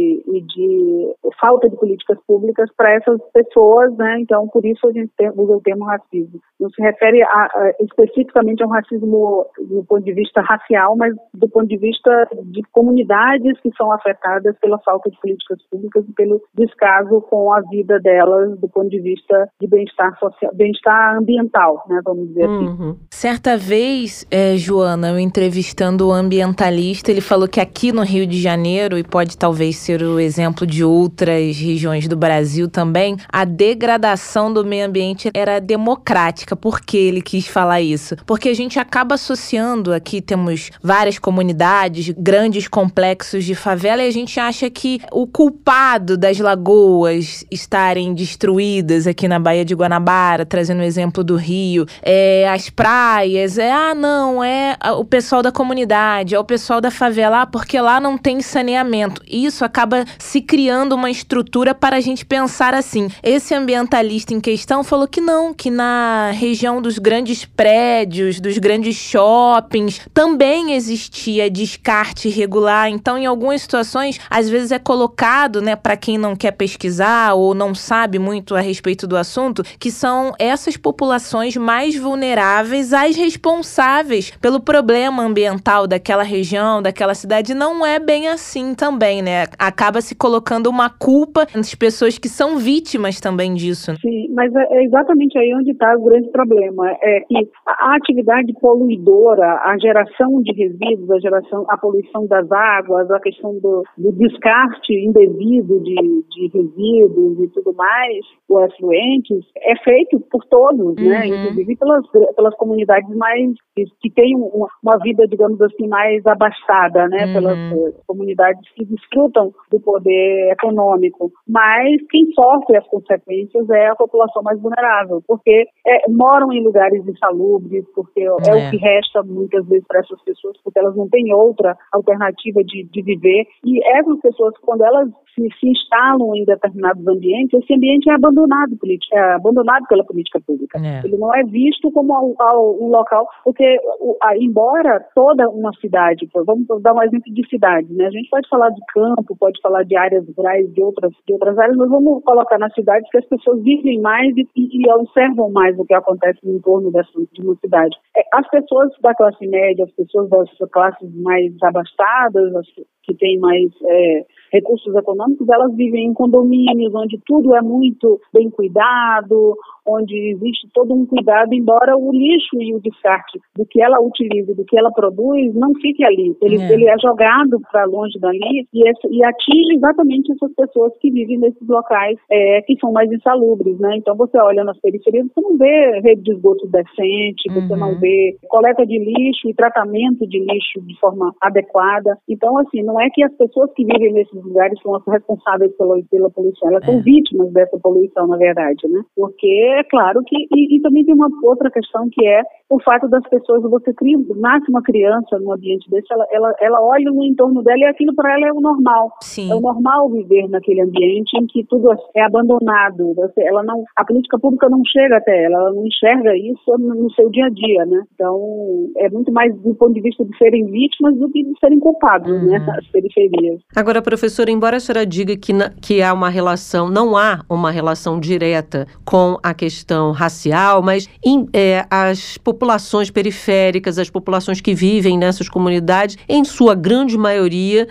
de falta de políticas públicas para essas pessoas, né? Então, por isso a gente usa o termo racismo. Não se refere especificamente a um racismo do ponto de vista racial, mas do ponto de vista de comunidades que são afetadas pela falta de políticas públicas e pelo descaso com a vida delas do ponto de vista de bem-estar social, bem-estar ambiental, né? Vamos dizer assim. Certa vez, Joana, eu entrevistando o ambientalista, ele falou que aqui no Rio de Janeiro, e pode talvez ser o exemplo de outras outras regiões do Brasil também, a degradação do meio ambiente era democrática. Por que ele quis falar isso? Porque a gente acaba associando, aqui temos várias comunidades, grandes complexos de favela, e a gente acha que o culpado das lagoas estarem destruídas aqui na Baía de Guanabara, trazendo o exemplo do Rio, as praias, não, é o pessoal da comunidade, é o pessoal da favela, porque lá não tem saneamento. Isso acaba se criando uma estrutura para a gente pensar assim. Esse ambientalista em questão falou que não, que na região dos grandes prédios, dos grandes shoppings, também existia descarte irregular. Então, em algumas situações, às vezes é colocado, né, para quem não quer pesquisar ou não sabe muito a respeito do assunto, que são essas populações mais vulneráveis às responsáveis pelo problema ambiental daquela região, daquela cidade. Não é bem assim também, né? Acaba se colocando uma culpa nas pessoas que são vítimas também disso. Sim, mas é exatamente aí onde está o grande problema. É que a atividade poluidora, a geração de resíduos, a poluição das águas, a questão do descarte indevido de resíduos e tudo mais, os efluentes, é feito por todos, né? Inclusive pelas comunidades mais que têm uma vida, digamos assim, mais abastada, né? Pelas comunidades que desfrutam do poder econômico. Mas quem sofre as consequências é a população mais vulnerável, porque moram em lugares insalubres, porque é o que resta muitas vezes para essas pessoas, porque elas não têm outra alternativa de viver. E essas pessoas, quando elas se instalam em determinados ambientes, esse ambiente é abandonado pela política pública. Ele não é visto como um local, porque embora toda uma cidade, vamos dar um exemplo de cidade, né? A gente pode falar de campo, pode falar de áreas rurais, de outras áreas, mas vamos colocar nas cidades que as pessoas vivem mais e observam mais o que acontece no entorno de uma cidade. As pessoas da classe média, as pessoas das classes mais abastadas, as que têm mais recursos econômicos, elas vivem em condomínios onde tudo é muito bem cuidado, onde existe todo um cuidado, embora o lixo e o descarte do que ela utiliza, do que ela produz, não fique ali. Ele é jogado para longe dali e atinge exatamente essas pessoas que vivem nesses locais que são mais insalubres, né? Então você olha nas periferias, você não vê rede de esgoto decente, você não vê coleta de lixo e tratamento de lixo de forma adequada. Então, assim, não é que as pessoas que vivem nesses lugares são as responsáveis pela poluição, elas são vítimas dessa poluição, na verdade, né? Porque é claro que, e também tem uma outra questão que é o fato das pessoas, você nasce uma criança num ambiente desse, ela olha no entorno dela e aquilo para ela é o normal. Sim. É o normal viver naquele ambiente em que tudo é abandonado. A política pública não chega até ela não enxerga isso no seu dia a dia, né? Então, é muito mais do ponto de vista de serem vítimas do que de serem culpados, né? As periferias. Agora, professora, embora a senhora diga que há uma relação, não há uma relação direta com a questão racial, mas as populações periféricas, as populações que vivem nessas comunidades, em sua grande maioria,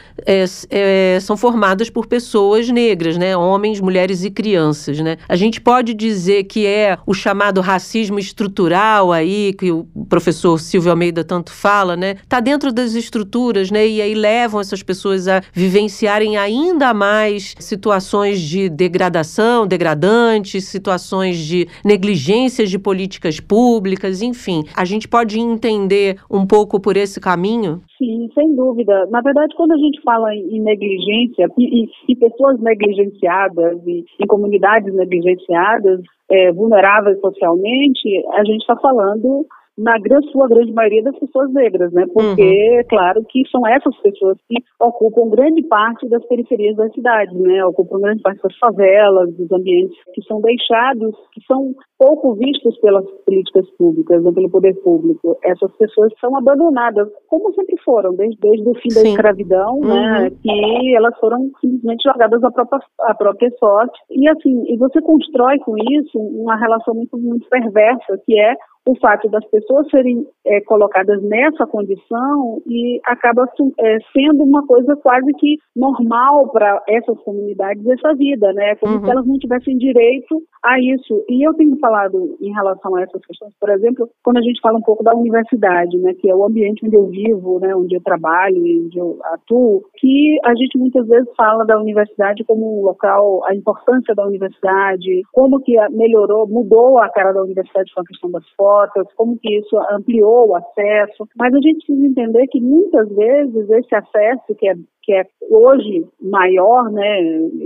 são formadas por pessoas negras, né? Homens, mulheres e crianças, né? A gente pode dizer que é o chamado racismo estrutural aí, que o professor Silvio Almeida tanto fala, né? Está dentro das estruturas, né? E aí levam essas pessoas a vivenciarem ainda mais situações de degradação, degradantes, situações de negligências de políticas públicas, enfim. A gente pode entender um pouco por esse caminho? Sim, sem dúvida. Na verdade, quando a gente fala em negligência e pessoas negligenciadas e em comunidades negligenciadas, vulneráveis socialmente, a gente está falando na sua grande maioria das pessoas negras, né? Porque é claro que são essas pessoas que ocupam grande parte das periferias das cidades, né? Ocupam grande parte das favelas, dos ambientes que são deixados, que são pouco vistos pelas políticas públicas, né? Pelo poder público. Essas pessoas são abandonadas, como sempre foram, desde o fim da escravidão, né? Que elas foram simplesmente jogadas à própria sorte. E assim, e você constrói com isso uma relação muito, muito perversa, que é o fato das pessoas serem colocadas nessa condição e acaba sendo uma coisa quase que normal para essas comunidades, essa vida, né? Como se elas não tivessem direito a isso. E eu tenho falado em relação a essas questões, por exemplo, quando a gente fala um pouco da universidade, né, que é o ambiente onde eu vivo, né, onde eu trabalho, onde eu atuo, que a gente muitas vezes fala da universidade como um local, a importância da universidade, como que mudou a cara da universidade com a questão das cotas, como que isso ampliou o acesso, mas a gente precisa entender que muitas vezes esse acesso que é hoje maior, né,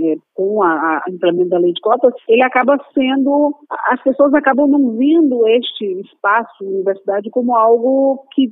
com a implementação da lei de cotas, ele acaba sendo, as pessoas acabam não vendo este espaço, universidade, como algo que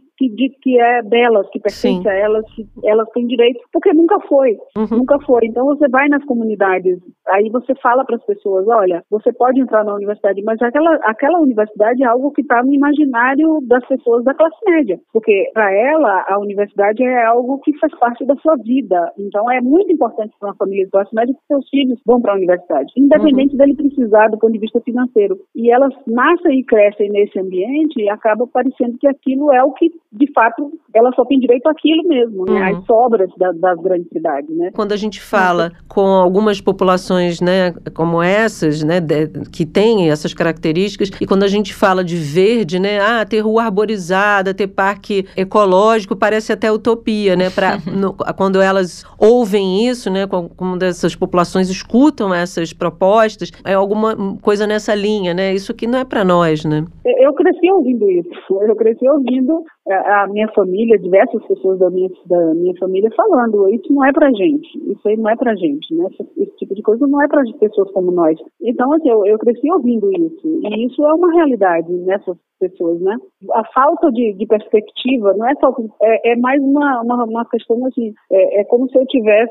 é delas, que pertence a elas, que elas têm direito, porque nunca foi. Então você vai nas comunidades, aí você fala para as pessoas, olha, você pode entrar na universidade, mas aquela universidade é algo que está no imaginário das pessoas da classe média, porque para ela a universidade é algo que faz parte da sua vida. Então é muito importante para uma família de classe média que seus filhos vão para a universidade, independente dele precisar do ponto de vista financeiro. E elas nascem e crescem nesse ambiente e acaba parecendo que aquilo é o que, de fato, ela só tem direito àquilo mesmo, né? As sobras das grandes cidades, né? Quando a gente fala com algumas populações, né, como essas, né, que têm essas características, e quando a gente fala de verde, né, ter rua arborizada, ter parque ecológico, parece até utopia, né? Quando elas ouvem isso, né, como dessas populações escutam essas propostas, é alguma coisa nessa linha, né? Isso aqui não é para nós, né? Eu cresci ouvindo isso. Eu cresci ouvindo a minha família, diversas pessoas da minha família falando, isso não é pra gente, isso aí não é pra gente, né? Esse tipo de coisa não é pra pessoas como nós. Então, assim, eu cresci ouvindo isso, e isso é uma realidade nessas pessoas, né? A falta de perspectiva não é só, é mais uma questão assim, é como se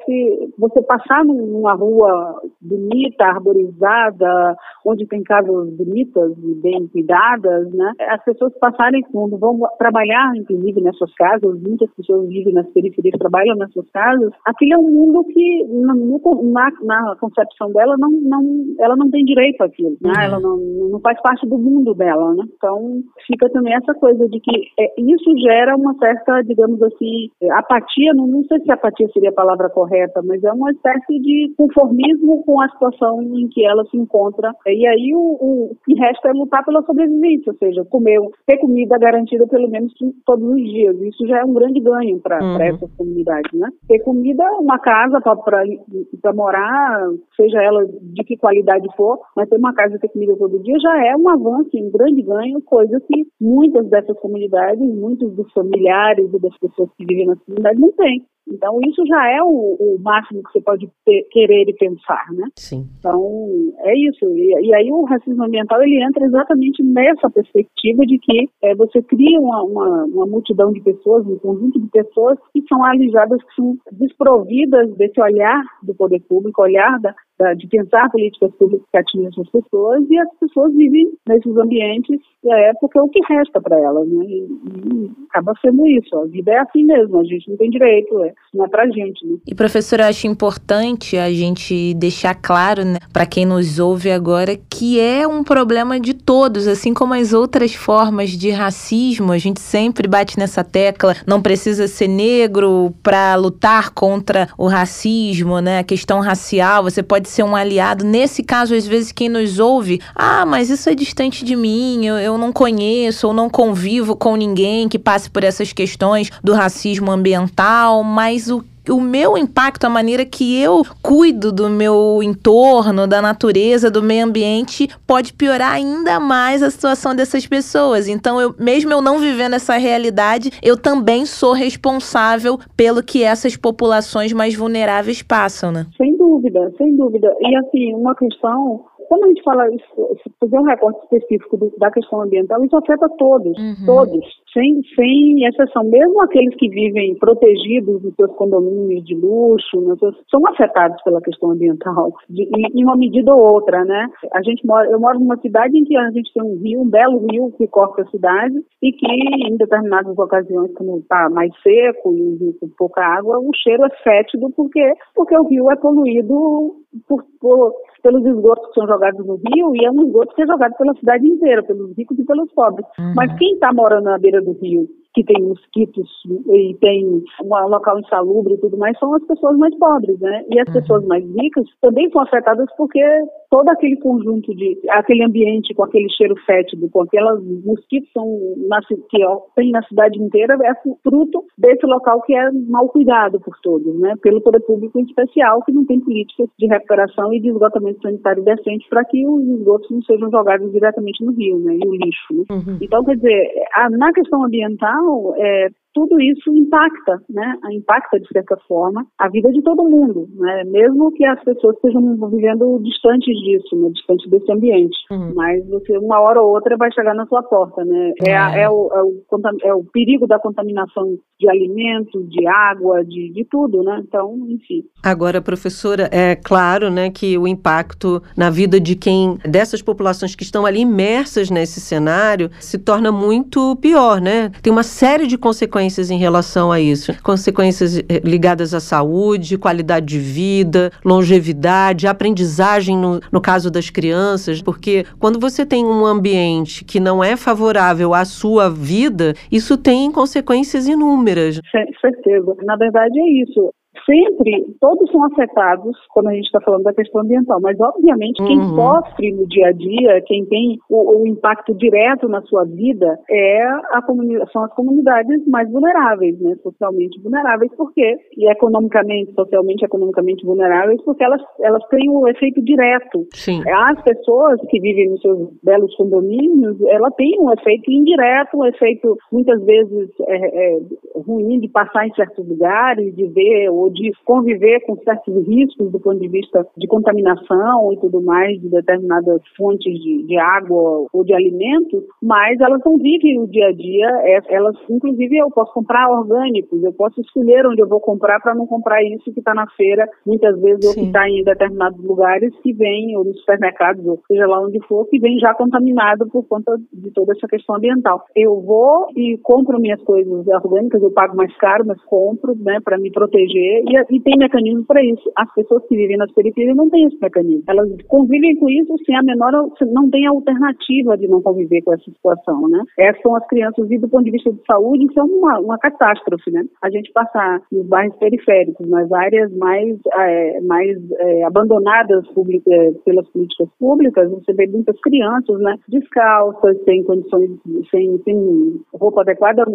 você passar numa rua bonita, arborizada, onde tem casas bonitas e bem cuidadas, né? As pessoas passarem, quando vão trabalhar, inclusive, nessas casas, muitas pessoas vivem nas periferias, trabalham nessas casas, aquilo é um mundo que, na concepção dela, ela não tem direito àquilo, né? Ela não faz parte do mundo dela, né? Então, fica também essa coisa de que isso gera uma certa, digamos assim, apatia, não sei se apatia seria a palavra correta, mas é uma espécie de conformismo com a situação em que ela se encontra. E aí o que resta é lutar pela sobrevivência, ou seja, ter comida garantida pelo menos todos os dias. Isso já é um grande ganho para essas comunidades, né? Ter comida, uma casa para morar, seja ela de que qualidade for, mas ter uma casa e ter comida todo dia já é um avanço, um grande ganho, coisa que muitas dessas comunidades, muitos dos familiares e das pessoas que vivem na comunidade não têm. Então, isso já é o máximo que você pode querer e pensar, né? Sim. Então, é isso. E aí o racismo ambiental, ele entra exatamente nessa perspectiva de que você cria uma multidão de pessoas, um conjunto de pessoas que são alijadas, que são desprovidas desse olhar do poder público, olhar de pensar políticas públicas que atingem essas pessoas, e as pessoas vivem nesses ambientes porque é o que resta para elas, né? E acaba sendo isso. A vida é assim mesmo, a gente não tem direito, não é pra gente, né? E, professora, eu acho importante a gente deixar claro, né, para quem nos ouve agora, que é um problema de todos, assim como as outras formas de racismo. A gente sempre bate nessa tecla, não precisa ser negro para lutar contra o racismo, né? A questão racial, você pode ser um aliado. Nesse caso, às vezes, quem nos ouve, mas isso é distante de mim, eu não conheço ou não convivo com ninguém que passe por essas questões do racismo ambiental, mas o meu impacto, a maneira que eu cuido do meu entorno, da natureza, do meio ambiente, pode piorar ainda mais a situação dessas pessoas. Então, mesmo eu não vivendo essa realidade, eu também sou responsável pelo que essas populações mais vulneráveis passam, né? Sem dúvida, sem dúvida. E assim, uma questão... Quando a gente fala isso, se fazer um recorte específico da questão ambiental, isso afeta todos, todos, sem exceção. Mesmo aqueles que vivem protegidos nos seus condomínios de luxo, são afetados pela questão ambiental, em uma medida ou outra, né? Eu moro numa cidade em que a gente tem um rio, um belo rio que corta a cidade, e que em determinadas ocasiões, quando está mais seco e com pouca água, o cheiro é fétido porque o rio é poluído pelos esgotos que são jogados no rio, e é um esgoto que é jogado pela cidade inteira, pelos ricos e pelos pobres. Mas quem está morando na beira do rio, que tem mosquitos e tem um local insalubre e tudo mais, são as pessoas mais pobres, né? E as pessoas mais ricas também são afetadas porque todo aquele conjunto aquele ambiente com aquele cheiro fétido, com aquelas mosquitos que tem na cidade inteira, é fruto desse local que é mal cuidado por todos, né? Pelo poder público em especial, que não tem políticas de recuperação e de esgotamento sanitário decente para que os esgotos não sejam jogados diretamente no rio, né? E o lixo, né? Então, quer dizer, na questão ambiental, tudo isso impacta, né? Impacta, de certa forma, a vida de todo mundo, né? Mesmo que as pessoas estejam vivendo distantes disso, né? Distantes desse ambiente. Mas você, uma hora ou outra, vai chegar na sua porta, né? É o perigo da contaminação de alimentos, de água, de tudo, né? Então, enfim. Agora, professora, é claro, né, que o impacto na vida dessas populações que estão ali imersas nesse cenário se torna muito pior, né? Tem uma série de consequências em relação a isso. Consequências ligadas à saúde, qualidade de vida, longevidade, aprendizagem no caso das crianças, porque quando você tem um ambiente que não é favorável à sua vida, isso tem consequências inúmeras. Certeza. Na verdade é isso. Sempre, todos são afetados quando a gente está falando da questão ambiental, mas obviamente quem sofre no dia a dia, quem tem o impacto direto na sua vida são as comunidades mais vulneráveis, né, socialmente vulneráveis, e socialmente economicamente vulneráveis, porque elas têm um efeito direto. Sim. As pessoas que vivem nos seus belos condomínios, ela tem um efeito indireto, um efeito muitas vezes ruim de passar em certos lugares, de ver ou de conviver com certos riscos do ponto de vista de contaminação e tudo mais, de determinadas fontes de água ou de alimentos, mas elas não vivem o dia a dia. Elas, inclusive, eu posso comprar orgânicos, eu posso escolher onde eu vou comprar para não comprar isso que está na feira, muitas vezes, ou que está em determinados lugares que vem, ou nos supermercados, ou seja lá onde for, que vem já contaminado por conta de toda essa questão ambiental. Eu vou e compro minhas coisas orgânicas, eu pago mais caro, mas compro, né, para me proteger. E tem mecanismos para isso. As pessoas que vivem nas periferias não têm esse mecanismo. Elas convivem com isso não tem alternativa de não conviver com essa situação, né? Essas são as crianças, e do ponto de vista de saúde, isso é uma catástrofe, né? A gente passar nos bairros periféricos, nas áreas mais abandonadas pelas políticas públicas, você vê muitas crianças, né, descalças, sem condições, sem roupa adequada,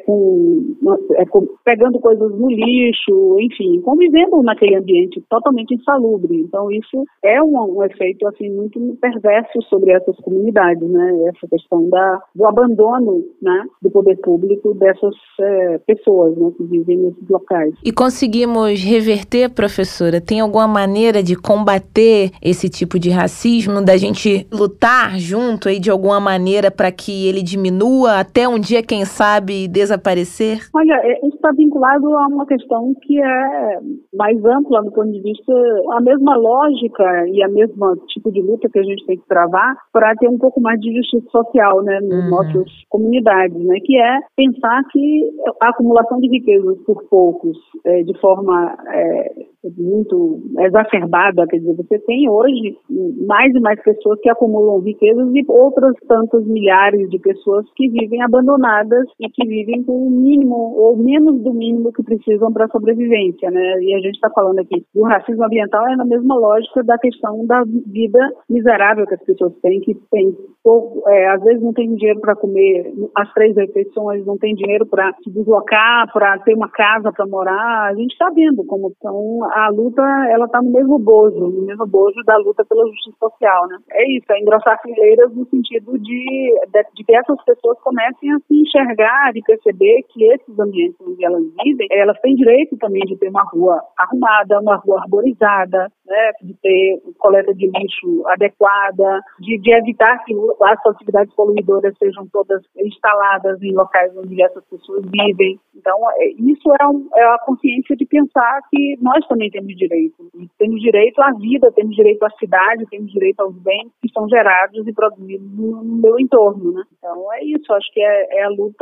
pegando coisas no lixo, enfim, convivendo naquele ambiente totalmente insalubre. Então, isso é um efeito, assim, muito perverso sobre essas comunidades, né? Essa questão do abandono, né, do poder público dessas pessoas, né, que vivem nesses locais. E conseguimos reverter, professora? Tem alguma maneira de combater esse tipo de racismo, da gente lutar junto aí de alguma maneira para que ele diminua até um dia, quem sabe, desaparecer? Olha, isso está vinculado a uma questão que é mais ampla do ponto de vista, a mesma lógica e a mesma tipo de luta que a gente tem que travar para ter um pouco mais de justiça social, né, nas nossas comunidades, né, que é pensar que a acumulação de riquezas por poucos, de forma muito exacerbada, quer dizer, você tem hoje mais e mais pessoas que acumulam riquezas e outras tantas milhares de pessoas que vivem abandonadas e que vivem com o mínimo ou menos do mínimo que precisam para a sobrevivência, né? E a gente está falando aqui do racismo ambiental, é na mesma lógica da questão da vida miserável que as pessoas têm, que tem às vezes não tem dinheiro para comer as 3 refeições, não tem dinheiro para se deslocar, para ter uma casa para morar. A gente está vendo como então a luta, ela está no mesmo bojo da luta pela justiça social, né? É isso, é engrossar fileiras no sentido de que essas pessoas comecem a se enxergar e perceber que esses ambientes onde elas vivem, elas têm direito também de ter uma rua arrumada, uma rua arborizada, né? De ter coleta de lixo adequada, de evitar que as atividades poluidoras sejam todas instaladas em locais onde essas pessoas vivem. Então, isso é a consciência de pensar que nós também temos direito. Temos direito à vida, temos direito à cidade, temos direito aos bens que são gerados e produzidos no meu entorno, né? Então, é isso. Acho que é a luta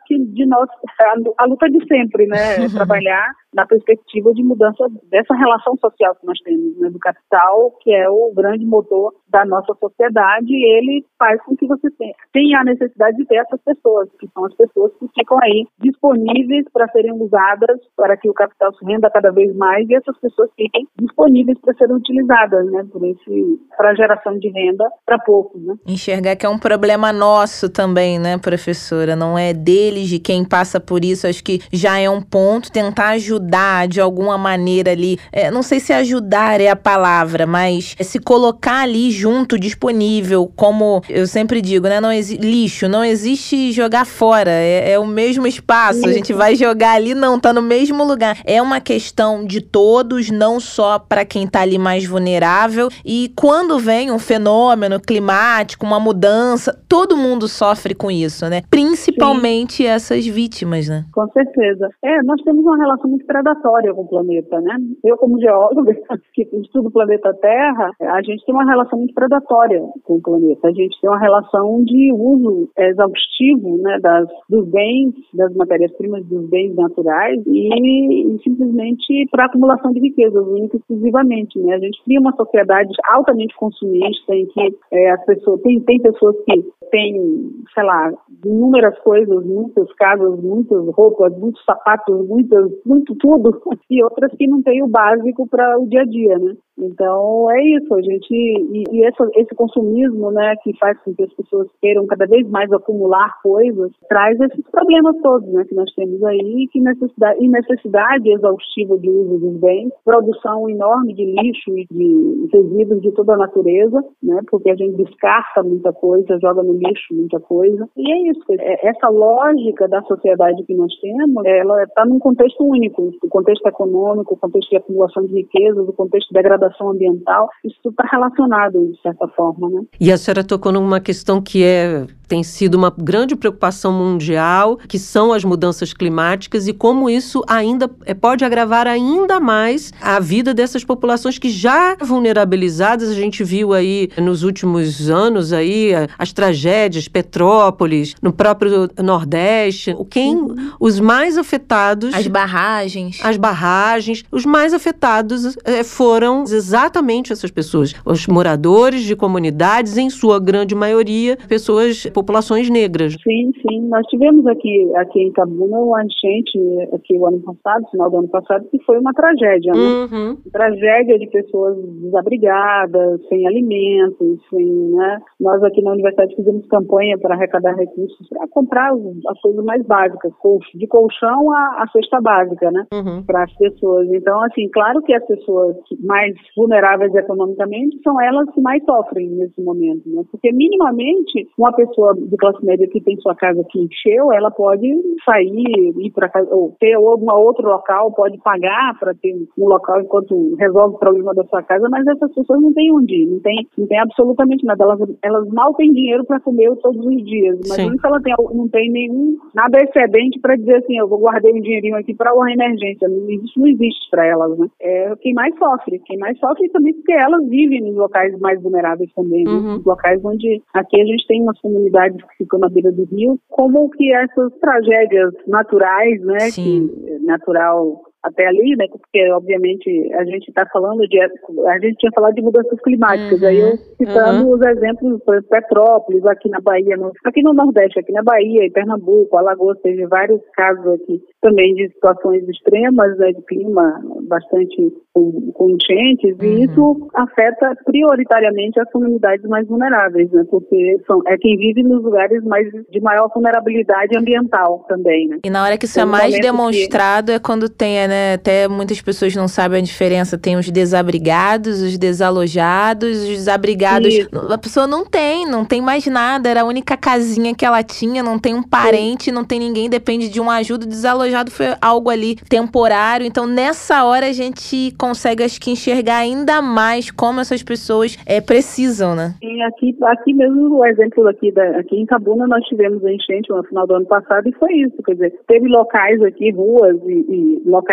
a luta de sempre, né? Trabalhar na perspectiva de mudança dessa relação social que nós temos, né, do capital, que é o grande motor da nossa sociedade, e ele faz com que você tenha a necessidade de ter essas pessoas, que são as pessoas que ficam aí disponíveis para serem usadas, para que o capital se renda cada vez mais, e essas pessoas fiquem disponíveis para serem utilizadas, né, para a geração de renda para poucos, né. Enxergar que é um problema nosso também, né, professora? Não é deles, de quem passa por isso. Acho que já é um ponto, tentar ajudar de alguma maneira ali. Não sei se ajudar é a palavra, mas se colocar ali junto, disponível, como eu sempre digo, né? Lixo, não existe jogar fora, é o mesmo espaço, a gente vai jogar ali, não, tá no mesmo lugar. É uma questão de todos, não só para quem tá ali mais vulnerável, e quando vem um fenômeno climático, uma mudança, todo mundo sofre com isso, né? Principalmente essas vítimas, né? Com certeza. Nós temos uma relação muito predatória com o planeta, né? Eu, como geóloga, que estudo o planeta Terra, a gente tem uma relação muito predatória com o planeta. A gente tem uma relação de uso exaustivo, né, dos bens, das matérias-primas, dos bens naturais e simplesmente para acumulação de riquezas, única e exclusivamente, né? A gente cria uma sociedade altamente consumista em que as pessoas tem pessoas que têm, sei lá, inúmeras coisas, muitas casas, muitas roupas, muitos sapatos, muito tudo, e outras que não têm o básico para o dia a dia, né? Então, é isso, a gente, e esse consumismo, né, que faz com que as pessoas queiram cada vez mais acumular coisas, traz esses problemas todos, né, que nós temos aí, que necessidade exaustiva de uso dos bens, produção enorme de lixo e de resíduos de toda a natureza, né, porque a gente descarta muita coisa, joga no lixo muita coisa, e é isso, essa lógica da sociedade que nós temos, ela está num contexto único, o contexto econômico, o contexto de acumulação de riquezas, o contexto de degradação ambiental, isso tudo está relacionado de certa forma, né? E a senhora tocou numa questão que tem sido uma grande preocupação mundial, que são as mudanças climáticas e como isso ainda pode agravar ainda mais a vida dessas populações que já vulnerabilizadas. A gente viu aí nos últimos anos aí as tragédias, Petrópolis, no próprio Nordeste, os mais afetados... As barragens, os mais afetados foram exatamente essas pessoas, os moradores de comunidades, em sua grande maioria, populações negras. Sim. Nós tivemos aqui em Itabuna uma enchente aqui o ano passado, final do ano passado, que foi uma tragédia, né? Tragédia de pessoas desabrigadas, sem alimentos, né? Nós aqui na universidade fizemos campanha para arrecadar recursos para comprar as coisas mais básicas, de colchão a cesta básica, né? Para as pessoas. Então, assim, claro que as pessoas mais vulneráveis economicamente são elas que mais sofrem nesse momento, né? Porque minimamente uma pessoa de classe média que tem sua casa que encheu, ela pode sair, ir para casa, ou ter algum outro local, pode pagar para ter um local enquanto resolve o problema da sua casa, mas essas pessoas não têm onde ir, não tem absolutamente nada, elas mal têm dinheiro para comer todos os dias, imagina se ela não tem nada excedente para dizer assim, eu vou guardar um dinheirinho aqui para uma emergência, isso não existe para elas, né? Quem mais sofre também porque elas vivem nos locais mais vulneráveis também, nos locais onde aqui a gente tem umas comunidades que ficam na beira do rio, como que essas tragédias naturais, né, natural até ali, né, porque obviamente a gente está falando a gente tinha falado de mudanças climáticas, aí eu citando os exemplos, por exemplo, Petrópolis, aqui na Bahia, aqui no Nordeste, aqui na Bahia, em Pernambuco, Alagoas, teve vários casos aqui também de situações extremas, né, de clima bastante com enchentes, e isso afeta prioritariamente as comunidades mais vulneráveis, né, porque é quem vive nos lugares de maior vulnerabilidade ambiental também, né. E na hora que isso é mais demonstrado é quando tem, né, até muitas pessoas não sabem a diferença, tem os desabrigados, os desalojados, os desabrigados, a pessoa não tem mais nada, era a única casinha que ela tinha, não tem um parente, não tem ninguém, depende de uma ajuda, o desalojado foi algo ali temporário, então nessa hora a gente consegue, acho que, enxergar ainda mais como essas pessoas precisam, né? Sim, aqui mesmo, o exemplo aqui em Itabuna, nós tivemos a enchente no final do ano passado e foi isso, quer dizer, teve locais aqui, ruas e locais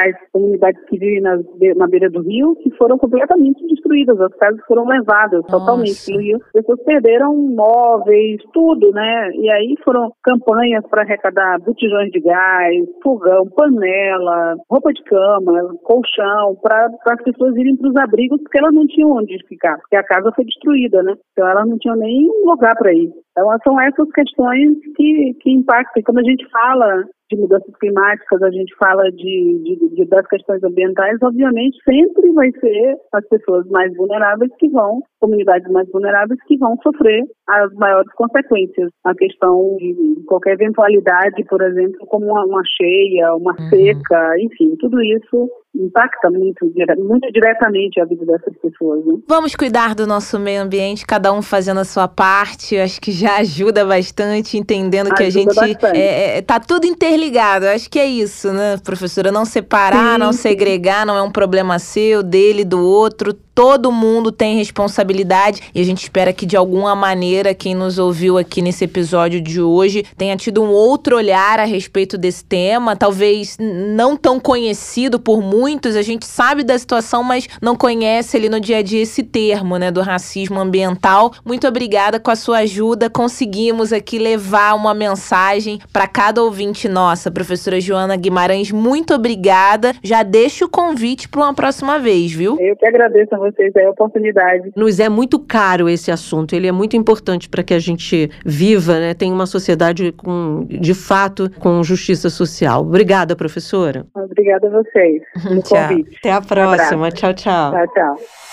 locais, comunidades que vivem na beira do rio, que foram completamente destruídas, as casas foram levadas totalmente pelo rio. As pessoas perderam móveis, tudo, né? E aí foram campanhas para arrecadar botijões de gás, fogão, panela, roupa de cama, colchão, para as pessoas irem para os abrigos, porque elas não tinham onde ficar, porque a casa foi destruída, né? Então elas não tinham nem lugar para ir. Então são essas questões que impactam. E quando a gente fala de mudanças climáticas, a gente fala das questões ambientais, obviamente sempre vai ser as pessoas mais vulneráveis comunidades mais vulneráveis que vão sofrer as maiores consequências. A questão de qualquer eventualidade, por exemplo, como uma cheia, uma seca, enfim, tudo isso impacta muito diretamente a vida dessas pessoas, né? Vamos cuidar do nosso meio ambiente, cada um fazendo a sua parte. Eu acho que já ajuda bastante, entendendo que a gente tá tudo interligado. Eu acho que é isso, né, professora? Não separar, não segregar, não é um problema seu, dele, do outro. Todo mundo tem responsabilidade e a gente espera que, de alguma maneira, quem nos ouviu aqui nesse episódio de hoje tenha tido um outro olhar a respeito desse tema, talvez não tão conhecido por muitos. A gente sabe da situação, mas não conhece ali no dia a dia esse termo, né, do racismo ambiental. Muito obrigada. Com a sua ajuda, conseguimos aqui levar uma mensagem para cada ouvinte nossa. Professora Joana Guimarães, muito obrigada. Já deixo o convite para uma próxima vez, viu? Eu que agradeço a vocês a oportunidade. Nos é muito caro esse assunto, ele é muito importante para que a gente viva, né? Tem uma sociedade de fato com justiça social. Obrigada, professora. Obrigada a vocês pelo convite. Até a próxima. Tchau, tchau. Tchau, tchau.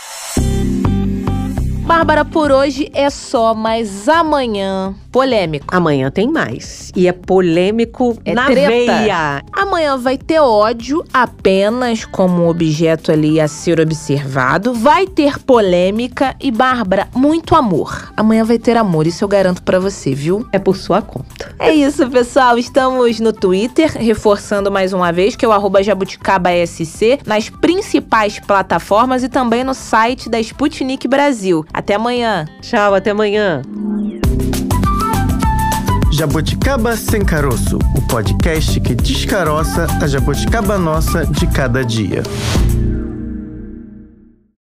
Bárbara, por hoje é só, mas amanhã, polêmico. Amanhã tem mais. E é polêmico na treta. veia. Amanhã vai ter ódio apenas como objeto ali a ser observado. Vai ter polêmica e, Bárbara, muito amor. Amanhã vai ter amor, isso eu garanto pra você, viu? É por sua conta. É isso, pessoal. Estamos no Twitter, reforçando mais uma vez, que é o @JabuticabaSC, nas principais plataformas e também no site da Sputnik Brasil. Até amanhã. Tchau, até amanhã. Jabuticaba Sem Caroço, o podcast que descaroça a jabuticaba nossa de cada dia.